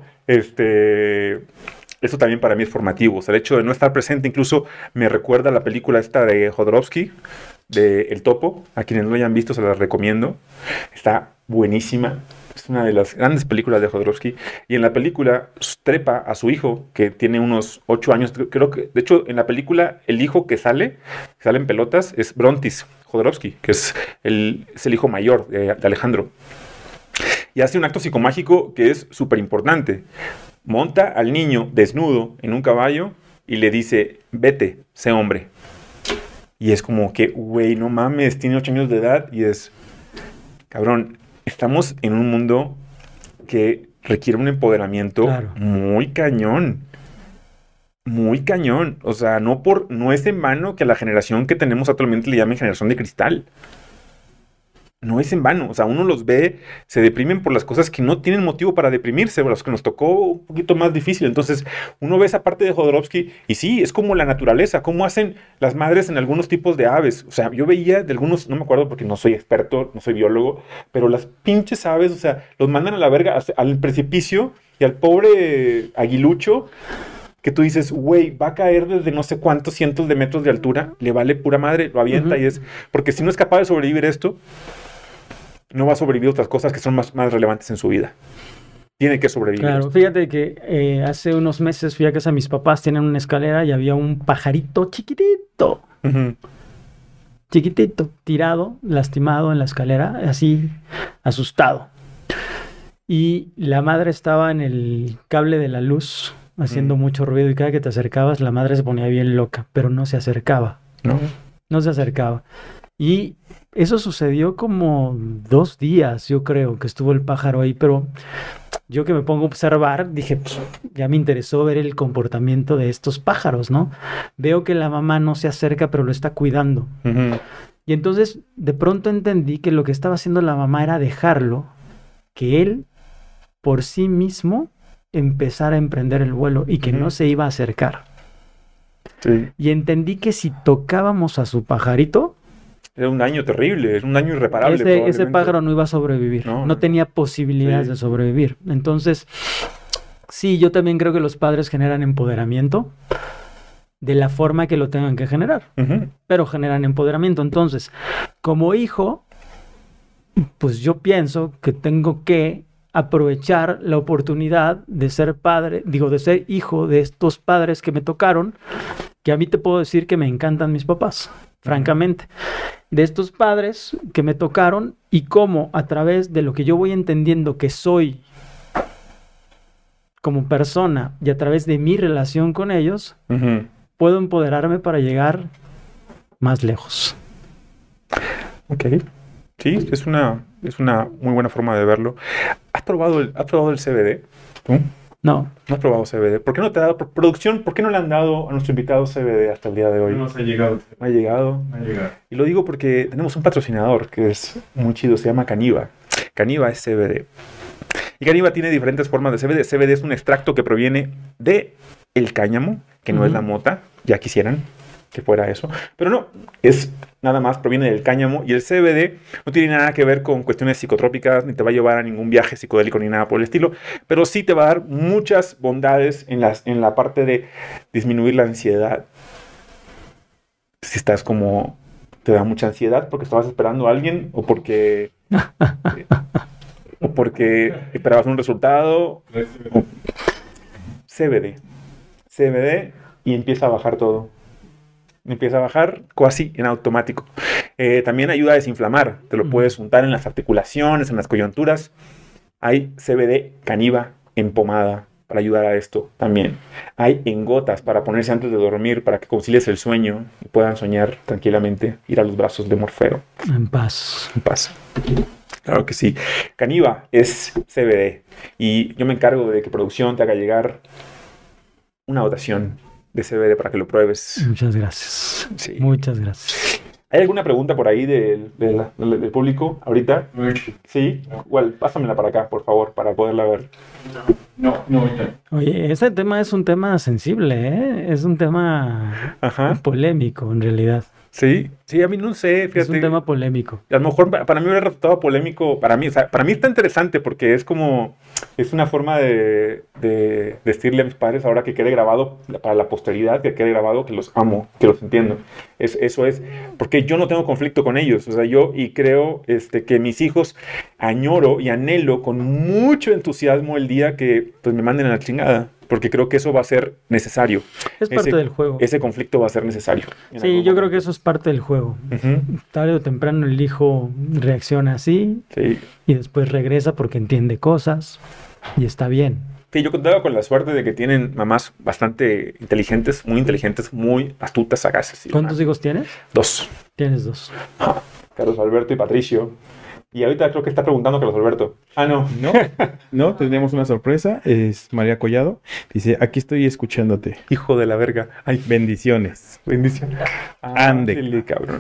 eso también para mí es formativo. O sea, el hecho de no estar presente incluso me recuerda a la película esta de Jodorowsky, de El Topo. A quienes no lo hayan visto se las recomiendo. Está buenísima. Es una de las grandes películas de Jodorowsky. Y en la película trepa a su hijo, que tiene unos 8 años. Creo que, de hecho, en la película el hijo que sale en pelotas, es Brontis Jodorowsky, que es el hijo mayor de Alejandro. Y hace un acto psicomágico que es súper importante. Monta al niño desnudo en un caballo y le dice, vete, sé hombre. Y es como que, güey, no mames, tiene 8 años de edad y es, cabrón, estamos en un mundo que requiere un empoderamiento muy cañón. Muy cañón. O sea, no es en vano que a la generación que tenemos actualmente le llamen generación de cristal. No es en vano, o sea, uno los ve, se deprimen por las cosas que no tienen motivo para deprimirse, por las que nos tocó un poquito más difícil. Entonces, uno ve esa parte de Jodorowsky y sí, es como la naturaleza, cómo hacen las madres en algunos tipos de aves. O sea, yo veía de algunos, no me acuerdo porque no soy experto, no soy biólogo, pero las pinches aves, o sea, los mandan a la verga, al precipicio y al pobre aguilucho, que tú dices, güey, va a caer desde no sé cuántos cientos de metros de altura, le vale pura madre, lo avienta. Uh-huh. Y es, porque si no es capaz de sobrevivir esto, no va a sobrevivir otras cosas que son más relevantes en su vida. Tiene que sobrevivir. Claro, fíjate que hace unos meses fui a casa de mis papás, tienen una escalera y había un pajarito chiquitito. Uh-huh. Chiquitito, tirado, lastimado en la escalera, así, asustado. Y la madre estaba en el cable de la luz, haciendo mucho ruido, y cada que te acercabas, la madre se ponía bien loca, pero no se acercaba. No se acercaba. Y eso sucedió como 2 días, yo creo, que estuvo el pájaro ahí, pero yo que me pongo a observar, dije, pues, ya me interesó ver el comportamiento de estos pájaros, ¿no? Veo que la mamá no se acerca, pero lo está cuidando. Uh-huh. Y entonces, de pronto entendí que lo que estaba haciendo la mamá era dejarlo, que él, por sí mismo, empezara a emprender el vuelo y que no se iba a acercar. Sí. Y entendí que si tocábamos a su pajarito, era un daño terrible, es un daño irreparable. Ese pájaro no iba a sobrevivir, no tenía posibilidades de sobrevivir. Entonces, sí, yo también creo que los padres generan empoderamiento de la forma que lo tengan que generar, pero generan empoderamiento. Entonces, como hijo, pues yo pienso que tengo que aprovechar la oportunidad de ser padre, de ser hijo de estos padres que me tocaron, que a mí te puedo decir que me encantan mis papás, francamente. De estos padres que me tocaron y cómo a través de lo que yo voy entendiendo que soy como persona y a través de mi relación con ellos, puedo empoderarme para llegar más lejos. Ok. Sí, es una muy buena forma de verlo. ¿Has probado el CBD? ¿Tú? No. ¿No has probado CBD? ¿Por qué no te ha dado producción? ¿Por qué no le han dado a nuestro invitado CBD hasta el día de hoy? No se ha llegado. No ha llegado. No ha llegado. Y lo digo porque tenemos un patrocinador que es muy chido, se llama Canniva. Canniva es CBD. Y Canniva tiene diferentes formas de CBD. CBD es un extracto que proviene de el cáñamo, que no es la mota, ya quisieran que fuera eso, pero no, es nada más, proviene del cáñamo, y el CBD no tiene nada que ver con cuestiones psicotrópicas, ni te va a llevar a ningún viaje psicodélico, ni nada por el estilo, pero sí te va a dar muchas bondades en la parte de disminuir la ansiedad. Si estás como, te da mucha ansiedad porque estabas esperando a alguien, o porque porque esperabas un resultado. CBD y empieza a bajar todo. Empieza a bajar casi en automático. También ayuda a desinflamar. Te lo puedes untar en las articulaciones, en las coyunturas. Hay CBD Caniva en pomada para ayudar a esto también. Hay en gotas para ponerse antes de dormir, para que concilies el sueño y puedan soñar tranquilamente, ir a los brazos de Morfeo. En paz. En paz. Claro que sí. Caniva es CBD y yo me encargo de que producción te haga llegar una dotación de CBD para que lo pruebes. Muchas gracias. Sí. Muchas gracias. ¿Hay alguna pregunta por ahí del público ahorita? Sí. Igual, pásamela para acá, por favor, para poderla ver. No. Oye, ese tema es un tema sensible, ¿eh? Es un tema polémico, en realidad. Sí, a mí no sé, fíjate. Es un tema polémico. A lo mejor para mí hubiera resultado polémico, para mí está interesante porque es una forma de decirle a mis padres ahora que quede grabado, para la posteridad, que quede grabado que los amo, que los entiendo. Eso es, porque yo no tengo conflicto con ellos, o sea, yo creo que mis hijos añoro y anhelo con mucho entusiasmo el día que pues me manden a la chingada. Porque creo que eso va a ser necesario. Es parte del juego. Ese conflicto va a ser necesario. Sí, yo creo que eso es parte del juego. Tarde o temprano el hijo reacciona así y después regresa porque entiende cosas y está bien. Sí, yo contaba con la suerte de que tienen mamás bastante inteligentes, muy astutas, sagaces. ¿Cuántos hijos tienes? 2. Tienes 2. Carlos Alberto y Patricio. Y ahorita creo que está preguntando Carlos Alberto. No, tenemos una sorpresa. Es María Collado. Dice, aquí estoy escuchándote. Hijo de la verga. Ay, bendiciones. Ande, cabrón.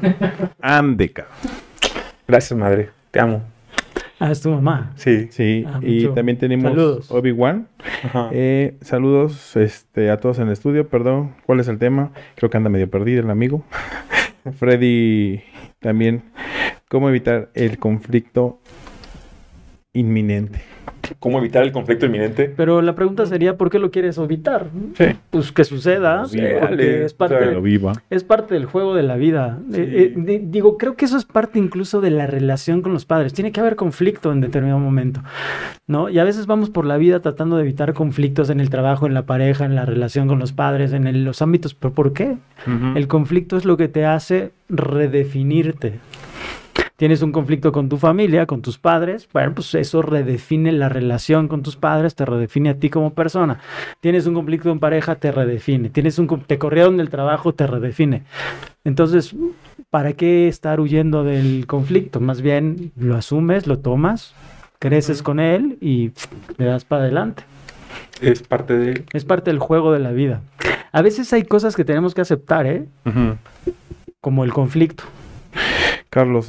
Gracias, madre. Te amo. Es tu mamá. Sí. Y también tenemos Obi-Wan. Saludos a todos en el estudio. Perdón, ¿cuál es el tema? Creo que anda medio perdido el amigo. Freddy también. ¿Cómo evitar el conflicto inminente? ¿Cómo evitar el conflicto inminente? Pero la pregunta sería, ¿por qué lo quieres evitar? Sí. Pues que suceda, porque es parte del juego de la vida. Sí. Creo que eso es parte incluso de la relación con los padres. Tiene que haber conflicto en determinado momento, ¿no? Y a veces vamos por la vida tratando de evitar conflictos en el trabajo, en la pareja, en la relación con los padres, en los ámbitos. ¿Pero por qué? El conflicto es lo que te hace redefinirte. Tienes un conflicto con tu familia, con tus padres, bueno, pues eso redefine la relación con tus padres, te redefine a ti como persona. Tienes un conflicto en pareja, te redefine. Te corrieron del trabajo, te redefine. Entonces, ¿para qué estar huyendo del conflicto? Más bien lo asumes, lo tomas, creces con él y le das para adelante. Es parte del juego de la vida. A veces hay cosas que tenemos que aceptar, como el conflicto. ¿Carlos?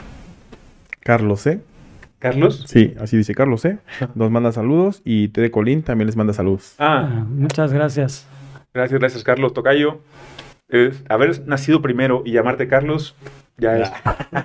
Sí, así dice Carlos, nos manda saludos y Tere Colín también les manda saludos. Muchas gracias. Gracias, Carlos Tocayo. Haber nacido primero y llamarte Carlos, ya es.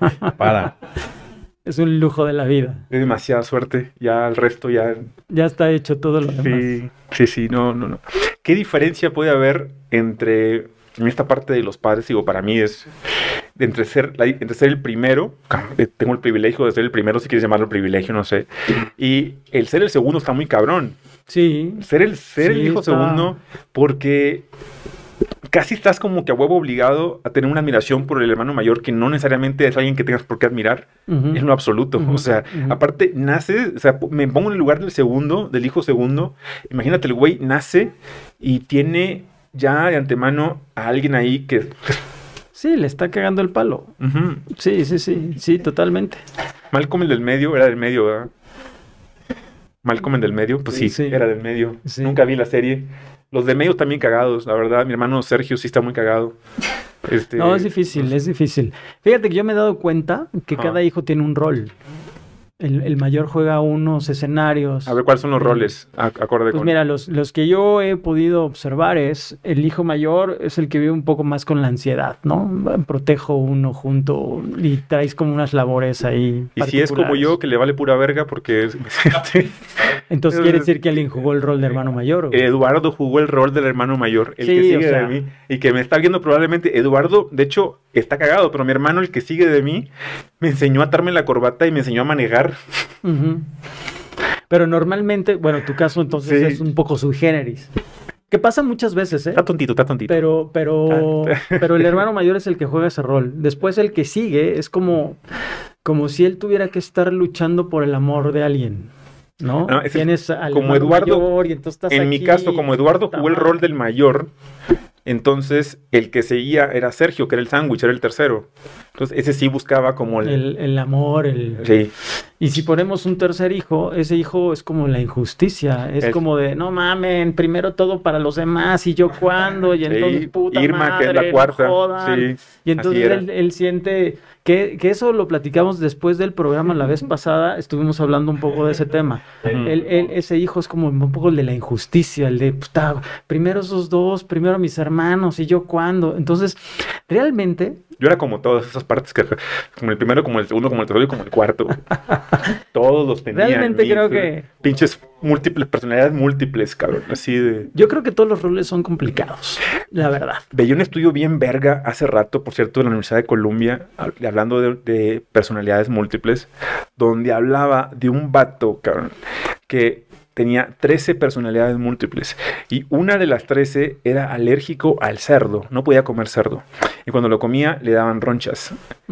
Es un lujo de la vida. Es demasiada suerte, ya el resto ya está hecho todo lo demás. Sí, no. ¿Qué diferencia puede haber entre esta parte de los padres? Para mí es entre ser el primero, tengo el privilegio de ser el primero, si quieres llamarlo privilegio, no sé, y el ser el segundo está muy cabrón. Sí. Ser el hijo segundo, porque casi estás como que a huevo obligado a tener una admiración por el hermano mayor, que no necesariamente es alguien que tengas por qué admirar en lo absoluto. O sea, aparte nace, me pongo en el lugar del hijo segundo. Imagínate, el güey nace y tiene ya de antemano a alguien ahí que... Sí, le está cagando el palo. Sí, totalmente. Malcolm el del medio, era del medio, ¿verdad? Malcolm el del medio, pues sí, era del medio. Sí. Nunca vi la serie. Los de medio también cagados, la verdad. Mi hermano Sergio sí está muy cagado. No, es difícil. Fíjate que yo me he dado cuenta que cada hijo tiene un rol. El mayor juega unos escenarios. A ver, ¿cuáles son los roles? Mira, los que yo he podido observar es el hijo mayor es el que vive un poco más con la ansiedad, ¿no? Protejo uno junto y traes como unas labores ahí. Y si es como yo, que le vale pura verga porque... Entonces, ¿quiere decir que alguien jugó el rol de hermano mayor? ¿O? Eduardo jugó el rol del hermano mayor, el que sigue de mí. Y que me está viendo probablemente... Eduardo, de hecho, está cagado, pero mi hermano, el que sigue de mí, me enseñó a atarme la corbata y me enseñó a manejar. Pero normalmente, bueno, tu caso entonces es un poco sui generis. Que pasa muchas veces, ¿eh? Está tontito. Pero el hermano mayor es el que juega ese rol. Después el que sigue es como si él tuviera que estar luchando por el amor de alguien, ¿no? Tienes al como Eduardo, mayor y entonces estás en mi caso, como Eduardo jugó el rol del mayor, entonces el que seguía era Sergio, que era el sándwich, era el tercero. Entonces ese sí buscaba como el amor, Sí. Y si ponemos un tercer hijo, ese hijo es como la injusticia, es como de, no mamen, primero todo para los demás, y yo cuándo, y entonces puta Irma, madre, que es la cuarta. no jodan. Sí, y entonces él siente que eso lo platicamos después del programa la vez pasada, estuvimos hablando un poco de ese tema. Ese hijo es como un poco el de la injusticia, el de, puta, primero esos dos, primero mis hermanos, y yo cuándo. Entonces, realmente... Yo era como todas esas partes, como el primero, como el segundo, como el tercero y como el cuarto. Todos los tenían. Realmente creo que... Pinches personalidades múltiples, cabrón. Así de... Yo creo que todos los roles son complicados, la verdad. Veía un estudio bien verga hace rato, por cierto, de la Universidad de Columbia, hablando de personalidades múltiples, donde hablaba de un vato, cabrón, que tenía 13 personalidades múltiples y una de las 13 era alérgico al cerdo, no podía comer cerdo y cuando lo comía le daban ronchas.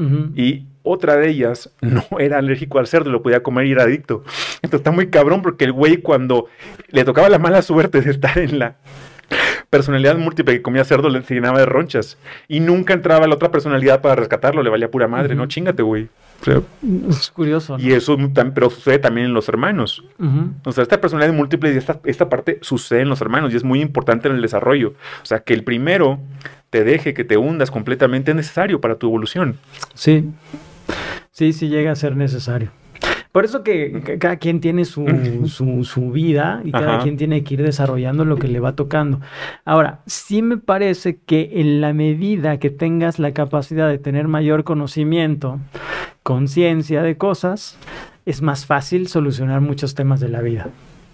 Y otra de ellas no era alérgico al cerdo, lo podía comer y era adicto. Entonces está muy cabrón porque el güey cuando le tocaba la mala suerte de estar en la personalidad múltiple que comía cerdo se llenaba de ronchas y nunca entraba la otra personalidad para rescatarlo, le valía pura madre, no chíngate güey. O sea, es curioso, ¿no? Y eso pero sucede también en los hermanos. O sea, esta personalidad múltiple y esta parte sucede en los hermanos y es muy importante en el desarrollo. O sea, que el primero te deje que te hundas completamente es necesario para tu evolución. Sí llega a ser necesario. Por eso que cada quien tiene su vida y cada quien tiene que ir desarrollando lo que le va tocando. Ahora, sí me parece que en la medida que tengas la capacidad de tener mayor conocimiento, conciencia de cosas, es más fácil solucionar muchos temas de la vida.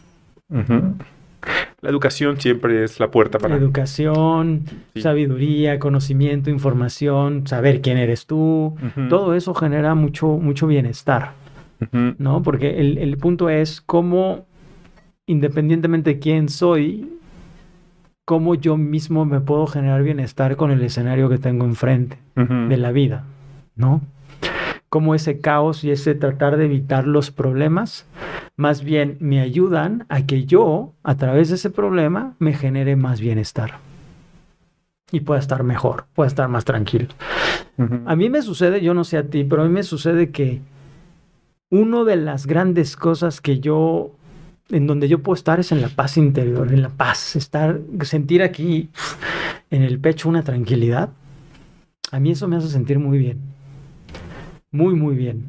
La educación siempre es la puerta para... Educación, sabiduría, conocimiento, información, saber quién eres tú, todo eso genera mucho bienestar. ¿No? Porque el punto es cómo, independientemente de quién soy, cómo yo mismo me puedo generar bienestar con el escenario que tengo enfrente de la vida, ¿no? Cómo ese caos y ese tratar de evitar los problemas, más bien me ayudan a que yo, a través de ese problema, me genere más bienestar. Y pueda estar mejor, pueda estar más tranquilo. A mí me sucede, yo no sé a ti, pero a mí me sucede que una de las grandes cosas en donde yo puedo estar es en la paz interior, en la paz, sentir aquí en el pecho una tranquilidad. A mí eso me hace sentir muy bien, muy, muy bien.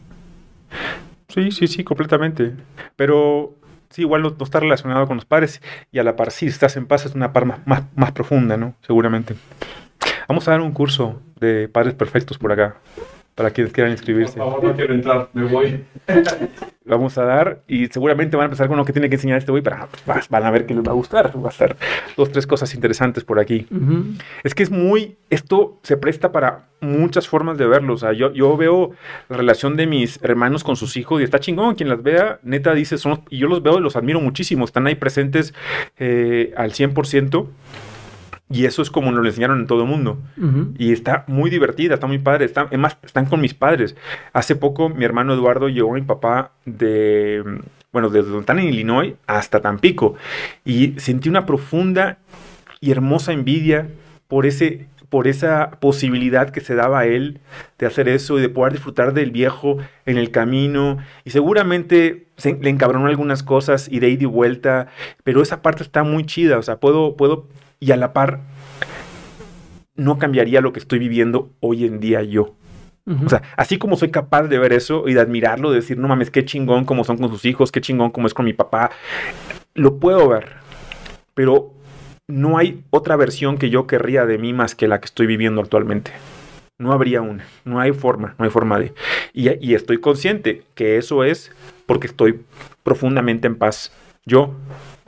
Sí, completamente. Pero sí, igual no está relacionado con los padres y a la par, si estás en paz es una par más profunda, ¿no? Seguramente. Vamos a dar un curso de padres perfectos por acá. Para quienes quieran inscribirse. Por favor, no quiero entrar, me voy. Vamos a dar y seguramente van a empezar con lo que tiene que enseñar este güey, pero van a ver que les va a gustar. Va a estar 2-3 cosas interesantes por aquí. Es que esto se presta para muchas formas de verlo. O sea, yo veo la relación de mis hermanos con sus hijos y está chingón. Quien las vea, neta, dice, y yo los veo y los admiro muchísimo. Están ahí presentes al 100%. Y eso es como nos lo enseñaron en todo el mundo. Y está muy divertida, está muy padre. Además, están con mis padres. Hace poco mi hermano Eduardo llevó a mi papá desde donde están en Illinois hasta Tampico. Y sentí una profunda y hermosa envidia por esa posibilidad que se daba a él de hacer eso y de poder disfrutar del viejo en el camino. Y seguramente le encabronó algunas cosas y de ida y vuelta. Pero esa parte está muy chida. O sea, puedo y a la par, no cambiaría lo que estoy viviendo hoy en día yo. O sea, así como soy capaz de ver eso y de admirarlo, de decir, no mames, qué chingón como son con sus hijos, qué chingón como es con mi papá, lo puedo ver. Pero no hay otra versión que yo querría de mí más que la que estoy viviendo actualmente. No habría una. No hay forma de... Y estoy consciente que eso es porque estoy profundamente en paz. Yo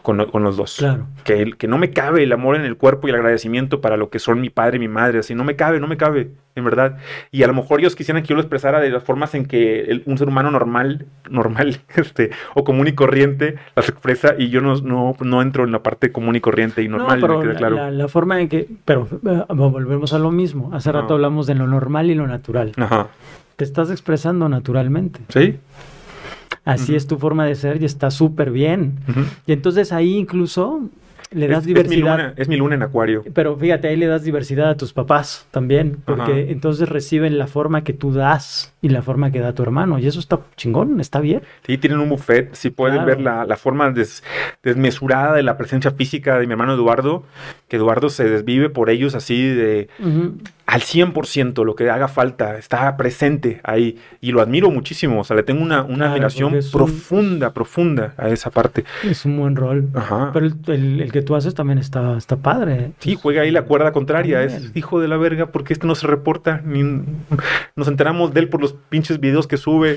con los dos. Claro. Que no me cabe el amor en el cuerpo y el agradecimiento para lo que son mi padre y mi madre. Así, no me cabe, en verdad. Y a lo mejor ellos quisieran que yo lo expresara de las formas en que un ser humano normal, o común y corriente las expresa, y yo no entro en la parte común y corriente y normal. No, pero claro. la forma en que... Pero volvemos a lo mismo. Hace rato hablamos de lo normal y lo natural. Ajá. Te estás expresando naturalmente. Sí. Así es tu forma de ser y está súper bien. Y entonces ahí incluso le das diversidad. Es mi luna en Acuario. Pero fíjate, ahí le das diversidad a tus papás también, porque entonces reciben la forma que tú das y la forma que da tu hermano. Y eso está chingón, está bien. Sí, tienen un buffet. Sí pueden ver la forma desmesurada de la presencia física de mi hermano Eduardo, que Eduardo se desvive por ellos así de... al 100%, lo que haga falta, está presente ahí, y lo admiro muchísimo, o sea, le tengo una admiración profunda a esa parte. Es un buen rol. Ajá. Pero el que tú haces también está padre. Sí, juega ahí la cuerda contraria, también. Es hijo de la verga, porque no se reporta, ni nos enteramos de él por los pinches videos que sube.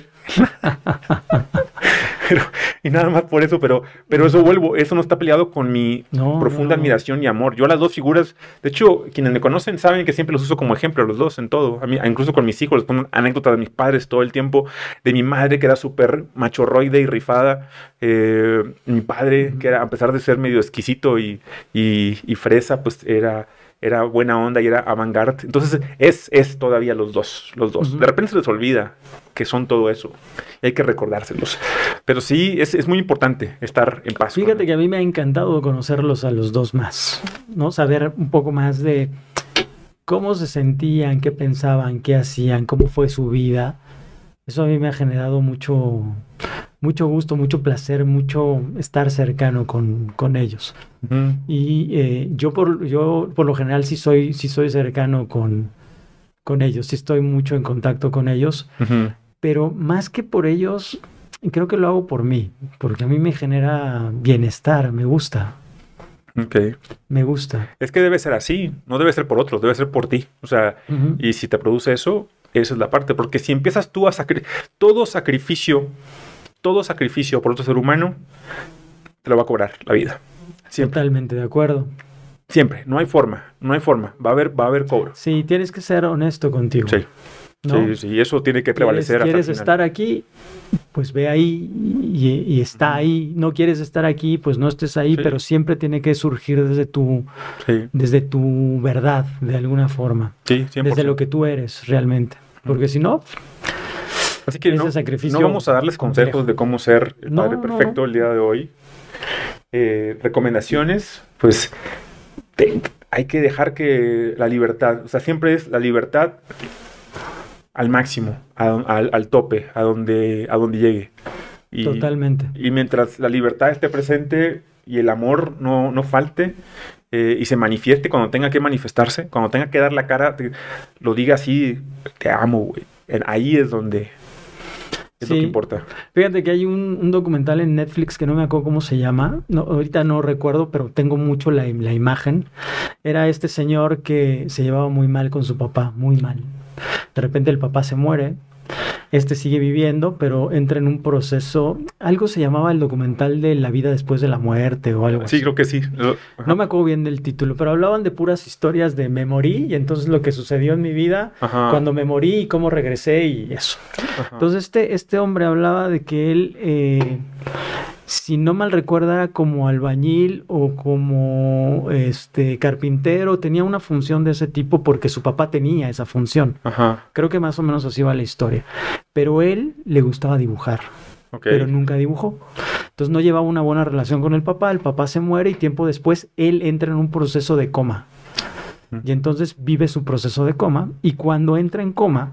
Y nada más por eso, pero eso no está peleado con mi profunda admiración y amor. Yo a las dos figuras, de hecho, quienes me conocen saben que siempre los uso como ejemplo, los dos, en todo. A mí, incluso con mis hijos, les pongo anécdotas de mis padres todo el tiempo, de mi madre, que era súper machorroide y rifada, mi padre, que era, a pesar de ser medio exquisito y fresa, pues era buena onda y era avant-garde. Entonces es todavía los dos. De repente se les olvida que son todo eso. Y hay que recordárselos. Pero sí, es muy importante estar en paz. Fíjate que a mí me ha encantado conocerlos a los dos más, ¿no? Saber un poco más de cómo se sentían, qué pensaban, qué hacían, cómo fue su vida. Eso a mí me ha generado mucho gusto, mucho placer, mucho estar cercano con ellos. Y yo por lo general sí soy cercano con ellos, sí estoy mucho en contacto con ellos, pero más que por ellos, creo que lo hago por mí, porque a mí me genera bienestar, me gusta. Okay. Me gusta. Es que debe ser así, no debe ser por otros, debe ser por ti. O sea, y si te produce eso, esa es la parte, porque si empiezas tú a todo sacrificio por otro ser humano, te lo va a cobrar la vida. Siempre. Totalmente de acuerdo. Siempre, no hay forma, va a haber cobro. Sí, tienes que ser honesto contigo. Sí, ¿no? Sí, eso tiene que prevalecer. ¿Quieres estar aquí? Pues ve ahí y está ahí. No quieres estar aquí, pues no estés ahí, pero siempre tiene que surgir desde tu verdad, de alguna forma. Sí, 100%. Desde lo que tú eres realmente. Porque si no... Así que no vamos a darles consejos de cómo ser el padre perfecto el día de hoy. Recomendaciones, pues hay que dejar que la libertad, o sea, siempre es la libertad al máximo, al tope, a donde llegue. Totalmente. Y mientras la libertad esté presente y el amor no falte, y se manifieste cuando tenga que manifestarse, cuando tenga que dar la cara, lo diga así, te amo, güey. Ahí es donde... Es lo que importa. Fíjate que hay un documental en Netflix que no me acuerdo cómo se llama. No, ahorita no recuerdo, pero tengo mucho la imagen. Era este señor que se llevaba muy mal con su papá, muy mal. De repente el papá se muere. Sigue viviendo, pero entra en un proceso. Algo se llamaba el documental de la vida después de la muerte o algo así. Sí, creo que sí. No me acuerdo bien del título, pero hablaban de puras historias de me morí y entonces lo que sucedió en mi vida cuando me morí y cómo regresé y eso. Entonces este hombre hablaba de que él, si no mal recuerdo, era como albañil o como carpintero, tenía una función de ese tipo porque su papá tenía esa función. Creo que más o menos así va la historia. Pero él le gustaba dibujar, pero nunca dibujó. Entonces no llevaba una buena relación con el papá se muere y tiempo después él entra en un proceso de coma. Y entonces vive su proceso de coma y cuando entra en coma...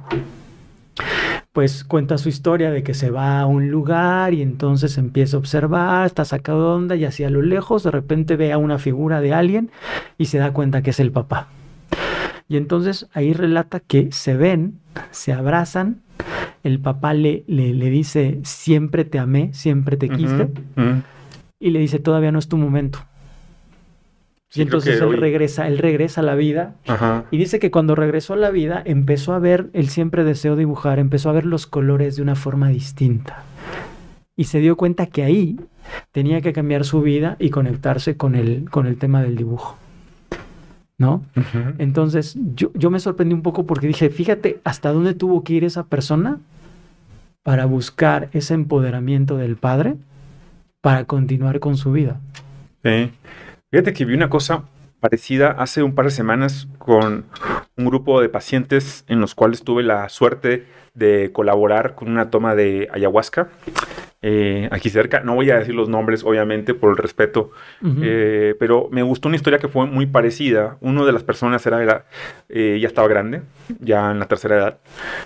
pues cuenta su historia de que se va a un lugar y entonces empieza a observar, está sacado de onda y hacia lo lejos de repente ve a una figura de alguien y se da cuenta que es el papá. Y entonces ahí relata que se ven, se abrazan, el papá le dice siempre te amé, siempre te quise y le dice todavía no es tu momento. Sí, y entonces él regresa a la vida y dice que cuando regresó a la vida empezó a ver, él siempre deseó dibujar, empezó a ver los colores de una forma distinta y se dio cuenta que ahí tenía que cambiar su vida y conectarse con el tema del dibujo, ¿no? Uh-huh. Entonces, yo me sorprendí un poco porque dije, fíjate hasta dónde tuvo que ir esa persona para buscar ese empoderamiento del padre para continuar con su vida. Sí. Fíjate que vi una cosa parecida hace un par de semanas con un grupo de pacientes en los cuales tuve la suerte de colaborar con una toma de ayahuasca aquí cerca. No voy a decir los nombres, obviamente, por el respeto, uh-huh. Pero me gustó una historia que fue muy parecida. Una de las personas ya estaba grande, ya en la tercera edad,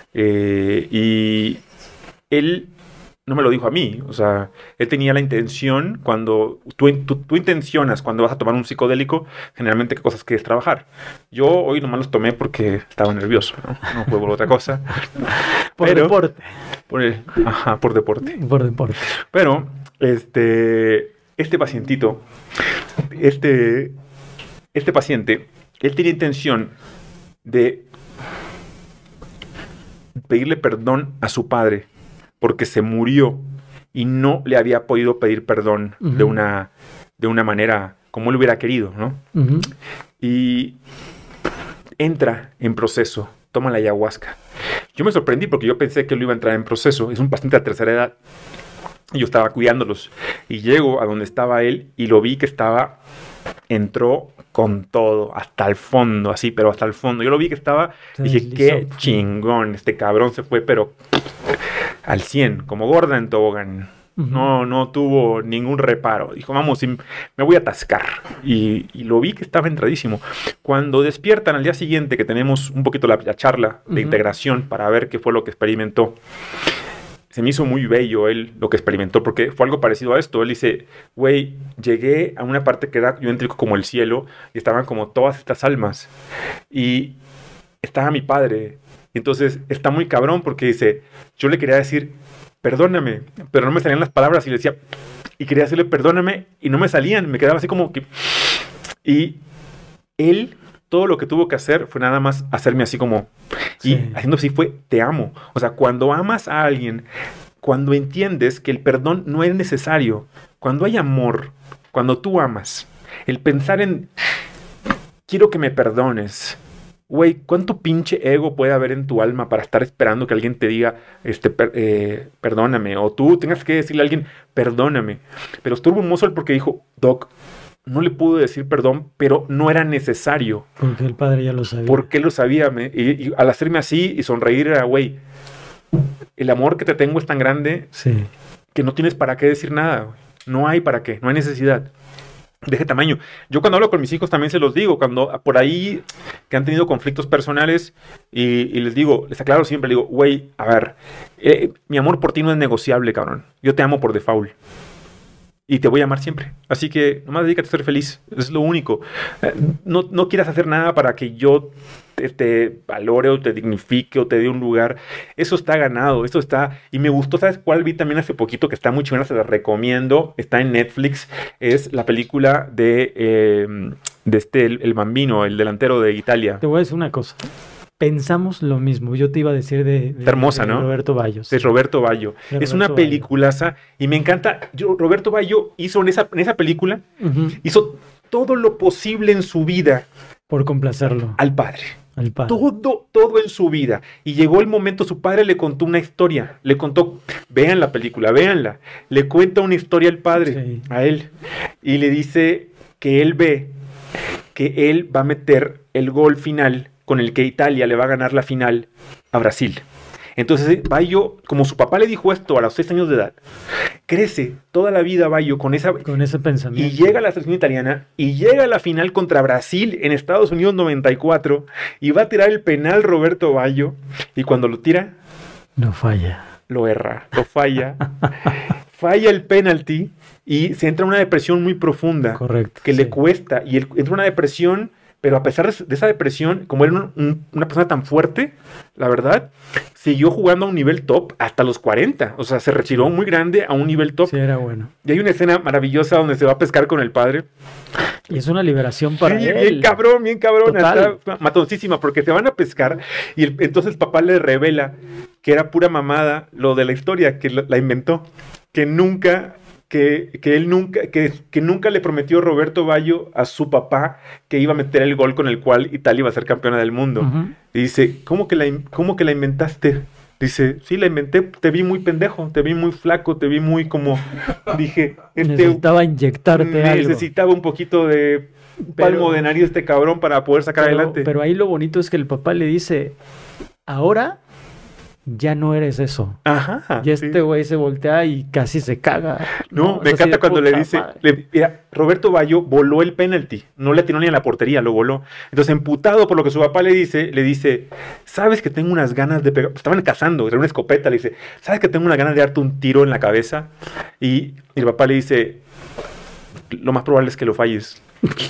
y él no me lo dijo a mí, o sea, él tenía la intención, cuando tú intencionas cuando vas a tomar un psicodélico, generalmente qué cosas quieres trabajar. Yo hoy nomás los tomé porque estaba nervioso, no fue por otra cosa. Por deporte. Por deporte. Por deporte. Pero, este pacientito, este paciente, él tenía intención de pedirle perdón a su padre porque se murió y no le había podido pedir perdón uh-huh. de una manera como él hubiera querido, ¿no? Uh-huh. Y entra en proceso, toma la ayahuasca. Yo me sorprendí porque yo pensé que él iba a entrar en proceso. Es un paciente de tercera edad. Y yo estaba cuidándolos. Y llego a donde estaba él y lo vi que entró con todo, hasta el fondo, así, pero hasta el fondo. Yo lo vi que estaba, dije, qué chingón, este cabrón se fue, pero al 100, como gorda en tobogán. Uh-huh. No tuvo ningún reparo. Dijo, vamos, me voy a atascar. Y lo vi que estaba entradísimo. Cuando despiertan al día siguiente, que tenemos un poquito la charla de uh-huh. integración para ver qué fue lo que experimentó, se me hizo muy bello él lo que experimentó, porque fue algo parecido a esto. Él dice, güey, llegué a una parte que era, yo entré como el cielo, y estaban como todas estas almas. Y estaba mi padre. Entonces está muy cabrón porque dice, yo le quería decir, perdóname, pero no me salían las palabras y le decía, y quería decirle perdóname y no me salían, me quedaba así como que... Y él, todo lo que tuvo que hacer fue nada más hacerme así como... Sí. Y haciendo así fue, te amo. O sea, cuando amas a alguien, cuando entiendes que el perdón no es necesario, cuando hay amor, cuando tú amas, el pensar en, quiero que me perdones... Güey, ¿cuánto pinche ego puede haber en tu alma para estar esperando que alguien te diga, perdóname? O tú tengas que decirle a alguien, perdóname. Pero estuvo hermoso porque dijo, Doc, no le pude decir perdón, pero no era necesario. Porque el padre ya lo sabía. Porque él lo sabía. Y al hacerme así y sonreír era, güey, el amor que te tengo es tan grande sí. que no tienes para qué decir nada. Güey. No hay para qué, no hay necesidad. De ese tamaño. Yo cuando hablo con mis hijos también se los digo, cuando por ahí que han tenido conflictos personales y les digo, les aclaro siempre, les digo, güey, a ver, mi amor por ti no es negociable, cabrón. Yo te amo por default. Y te voy a amar siempre. Así que nomás dedícate a ser feliz. Es lo único. No quieras hacer nada para que yo te valore o te dignifique o te dé un lugar. Eso está ganado. Eso está... Y me gustó, ¿sabes cuál vi también hace poquito? Que está muy chingona, se la recomiendo. Está en Netflix. Es la película de el Bambino, el delantero de Italia. Te voy a decir una cosa. Pensamos lo mismo. Yo te iba a decir de hermosa, de ¿no? Roberto Baggio. Sí. De Roberto Baggio. Es una peliculaza y me encanta. Roberto Baggio hizo en esa película, uh-huh. hizo todo lo posible en su vida. Por complacerlo. Al padre. Al padre. Todo en su vida. Y llegó el momento, su padre le contó una historia. Le contó, vean la película, véanla. Le cuenta una historia al padre, sí. a él. Y le dice que él ve que él va a meter el gol final con el que Italia le va a ganar la final a Brasil. Entonces Baggio, como su papá le dijo esto a los 6 años de edad, crece toda la vida Baggio con ese pensamiento. Y llega a la selección italiana y llega a la final contra Brasil en Estados Unidos 94 y va a tirar el penal Roberto Baggio y cuando lo tira... No falla. Lo erra, lo falla. Falla el penalti y se entra en una depresión muy profunda. Correcto. Que sí. le cuesta y entra en una depresión... Pero a pesar de esa depresión, como era una persona tan fuerte, la verdad, siguió jugando a un nivel top hasta los 40. O sea, se retiró muy grande a un nivel top. Sí, era bueno. Y hay una escena maravillosa donde se va a pescar con el padre. Y es una liberación para sí, él. Bien cabrón. Está matoncísima porque se van a pescar y entonces el papá le revela que era pura mamada lo de la historia, que la inventó. Que nunca que él nunca le prometió Roberto Baggio a su papá que iba a meter el gol con el cual Italia iba a ser campeona del mundo. Y dice, ¿cómo que la inventaste? Dice, sí, la inventé, te vi muy pendejo, te vi muy flaco, te vi muy como... Dije... necesitaba inyectarte algo. Necesitaba un poquito de palmo de nariz este cabrón para poder sacar adelante. Pero ahí lo bonito es que el papá le dice, ahora... ya no eres eso. Ajá. Y este güey se voltea y casi se caga. No, me encanta cuando le dice... mira, Roberto Baggio voló el penalti. No le atinó ni a la portería, lo voló. Entonces, emputado por lo que su papá le dice, ¿sabes que tengo unas ganas de pegar? Estaban cazando, era una escopeta. Le dice, ¿sabes que tengo unas ganas de darte un tiro en la cabeza? Y el papá le dice, lo más probable es que lo falles.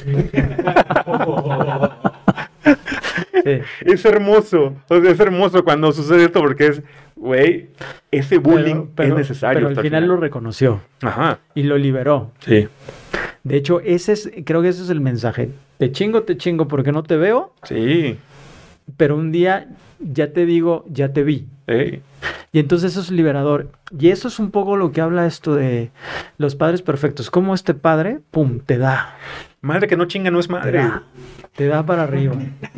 Sí. Es hermoso, es hermoso cuando sucede esto porque es, güey, ese bullying es necesario. Pero al final lo reconoció. Ajá. Y lo liberó. Sí. De hecho, creo que ese es el mensaje. Te chingo porque no te veo. Sí. Pero un día ya te digo, ya te vi. Sí. Y entonces eso es liberador. Y eso es un poco lo que habla esto de los padres perfectos. Como este padre, pum, te da. Madre que no chinga no es madre. Te da para arriba.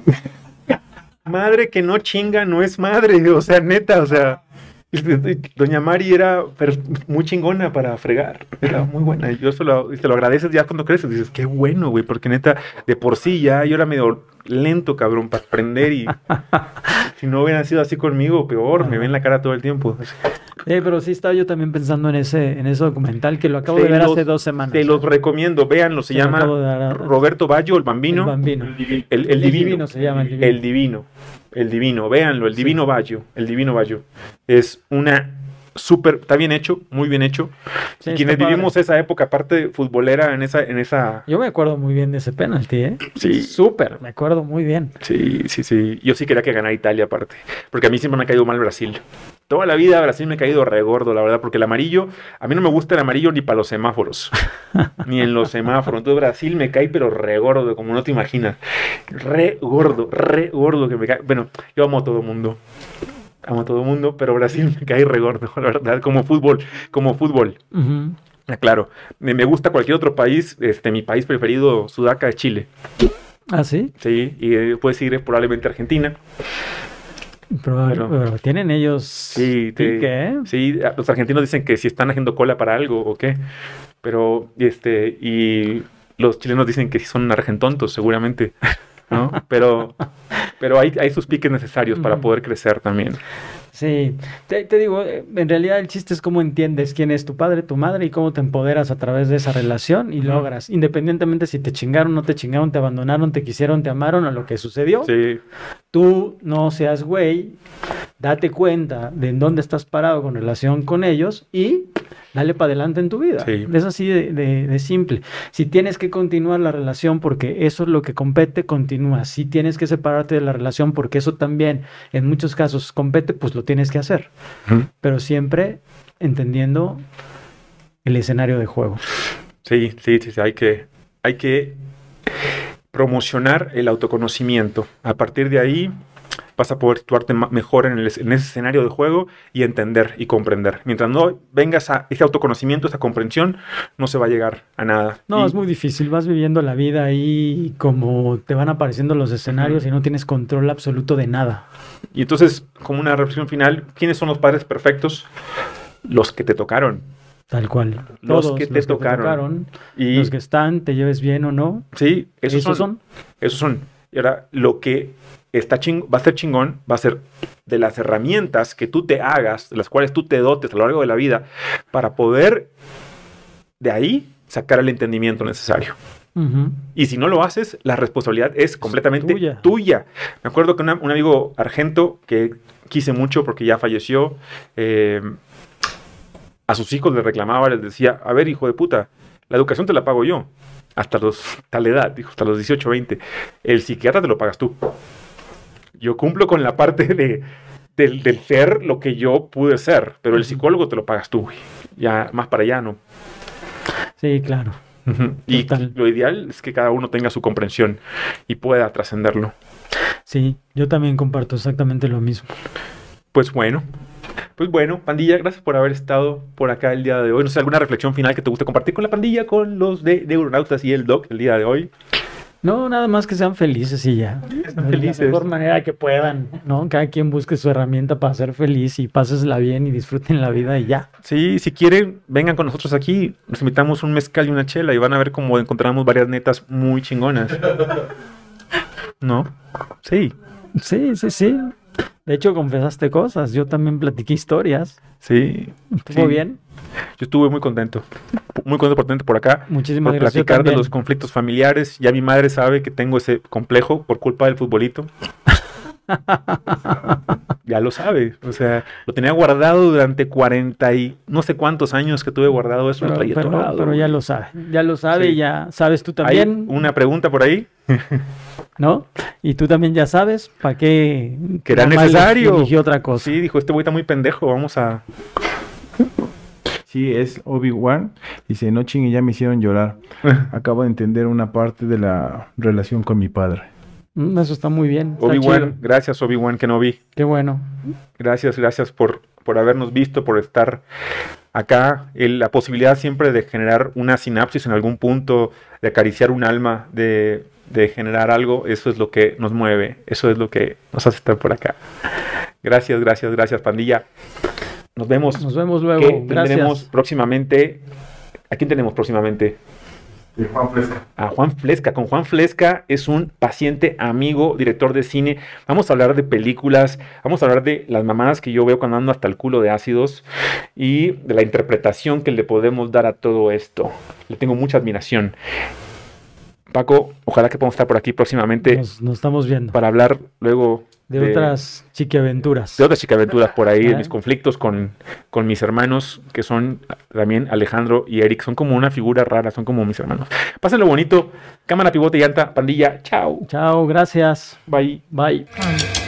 Madre que no chinga no es madre. O sea, neta, o sea... Doña Mari era muy chingona para fregar, era muy buena. Yo te lo agradeces ya cuando creces, dices, qué bueno, güey, porque neta, de por sí ya yo era medio lento, cabrón, para aprender y si no hubieran sido así conmigo, peor, me ven la cara todo el tiempo. Pero sí estaba yo también pensando en ese documental que lo acabo de ver hace 2 semanas. Te los recomiendo, véanlo, se llama Roberto Baggio, el Bambino. El Bambino. El Divino se llama, El Divino, véanlo, el Divino Baggio, el Divino Baggio. Es una está bien hecho, muy bien hecho. Sí, quienes vivimos esa época, aparte futbolera, en esa... Yo me acuerdo muy bien de ese penalti, ¿eh? Sí. Súper, me acuerdo muy bien. Sí. Yo sí quería que ganara Italia, aparte. Porque a mí siempre me ha caído mal Brasil. Toda la vida Brasil me ha caído re gordo, la verdad, porque el amarillo, a mí no me gusta el amarillo ni para los semáforos, ni en los semáforos. Entonces Brasil me cae, pero re gordo, como no te imaginas. Re gordo que me cae. Bueno, yo amo a todo mundo, pero Brasil me cae re gordo, la verdad, como fútbol. Uh-huh. Claro, me gusta cualquier otro país, mi país preferido, Sudaca, es Chile. ¿Ah, sí? Sí, y puedes ir probablemente a Argentina. Pero tienen ellos... Sí, ¿qué? Sí, los argentinos dicen que si están haciendo cola para algo o qué, pero, y los chilenos dicen que si son argentontos, seguramente, ¿no? Pero hay sus piques necesarios para poder crecer también. Sí, te digo, en realidad el chiste es cómo entiendes quién es tu padre, tu madre y cómo te empoderas a través de esa relación y logras, independientemente si te chingaron, no te chingaron, te abandonaron, te quisieron, te amaron o lo que sucedió. Sí. Tú no seas güey, date cuenta de en dónde estás parado con relación con ellos y dale para adelante en tu vida. Sí. Es así de simple. Si tienes que continuar la relación porque eso es lo que compete, continúa. Si tienes que separarte de la relación porque eso también en muchos casos compete, pues lo tienes que hacer. Uh-huh. Pero siempre entendiendo el escenario de juego. Sí. Hay que promocionar el autoconocimiento. A partir de ahí vas a poder situarte mejor en ese escenario de juego y entender y comprender. Mientras no vengas a ese autoconocimiento, esa comprensión, no se va a llegar a nada. No, es muy difícil. Vas viviendo la vida ahí como te van apareciendo los escenarios y no tienes control absoluto de nada. Y entonces, como una reflexión final, ¿quiénes son los padres perfectos? Los que te tocaron. Tal cual. Los que te tocaron. Y los que están, te lleves bien o no. Sí, esos son. Y ahora, lo que va a ser chingón, va a ser de las herramientas que tú te hagas, de las cuales tú te dotes a lo largo de la vida, para poder de ahí sacar el entendimiento necesario. Uh-huh. Y si no lo haces, la responsabilidad es completamente tuya. Me acuerdo que un amigo argento que quise mucho porque ya falleció, a sus hijos les reclamaba, les decía, a ver, hijo de puta, la educación te la pago yo, hasta tal edad, dijo, hasta los 18, 20. El psiquiatra te lo pagas tú. Yo cumplo con la parte del ser lo que yo pude ser, pero el psicólogo te lo pagas tú. Ya más para allá, ¿no? Sí, claro. Uh-huh. Y lo ideal es que cada uno tenga su comprensión y pueda trascenderlo. Sí, yo también comparto exactamente lo mismo. Pues bueno, Pues bueno, pandilla, gracias por haber estado por acá el día de hoy. No sé, ¿alguna reflexión final que te guste compartir con la pandilla, con los de Neuronautas y el Doc el día de hoy? No, nada más que sean felices y ya. De la mejor manera que puedan, ¿no? Cada quien busque su herramienta para ser feliz y pásesela bien y disfruten la vida y ya. Sí, si quieren, vengan con nosotros aquí. Nos invitamos un mezcal y una chela y van a ver cómo encontramos varias netas muy chingonas. ¿No? Sí. Sí, sí, sí. De hecho, confesaste cosas. Yo también platiqué historias. Sí. ¿Estuvo bien? Yo estuve muy contento por tener por acá. Muchísimas por gracias. Platicar de los conflictos familiares. Ya mi madre sabe que tengo ese complejo por culpa del futbolito. Ya lo sabe. O sea, lo tenía guardado durante 40 y no sé cuántos años que tuve guardado eso. Pero ya lo sabe. Ya lo sabe y ya sabes tú también. ¿Hay una pregunta por ahí? ¿No? Y tú también ya sabes para qué. Que era necesario. Eligió otra cosa. Sí, dijo, este güey está muy pendejo, vamos a... Sí, es Obi-Wan. Dice, no chingue, ya me hicieron llorar. Acabo de entender una parte de la relación con mi padre. Eso está muy bien. Obi-Wan, gracias Obi-Wan Kenobi. Qué bueno. Gracias por habernos visto, por estar acá. La posibilidad siempre de generar una sinapsis en algún punto, de acariciar un alma, de generar algo, eso es lo que nos mueve, eso es lo que nos hace estar por acá. Gracias, pandilla. Nos vemos luego. Gracias. Próximamente. ¿A quién tenemos próximamente? Juan Flesca. A Juan Flesca. Con Juan Flesca es un paciente amigo, director de cine. Vamos a hablar de películas, vamos a hablar de las mamadas que yo veo cuando ando hasta el culo de ácidos y de la interpretación que le podemos dar a todo esto. Le tengo mucha admiración. Paco, ojalá que podamos estar por aquí próximamente. Nos estamos viendo. Para hablar luego de otras chiquiaventuras. De otras chiquiaventuras por ahí, de mis conflictos con mis hermanos, que son también Alejandro y Eric. Son como una figura rara, son como mis hermanos. Pásenlo bonito. Cámara, pivote, llanta, pandilla. Chao. Chao, gracias. Bye. Bye.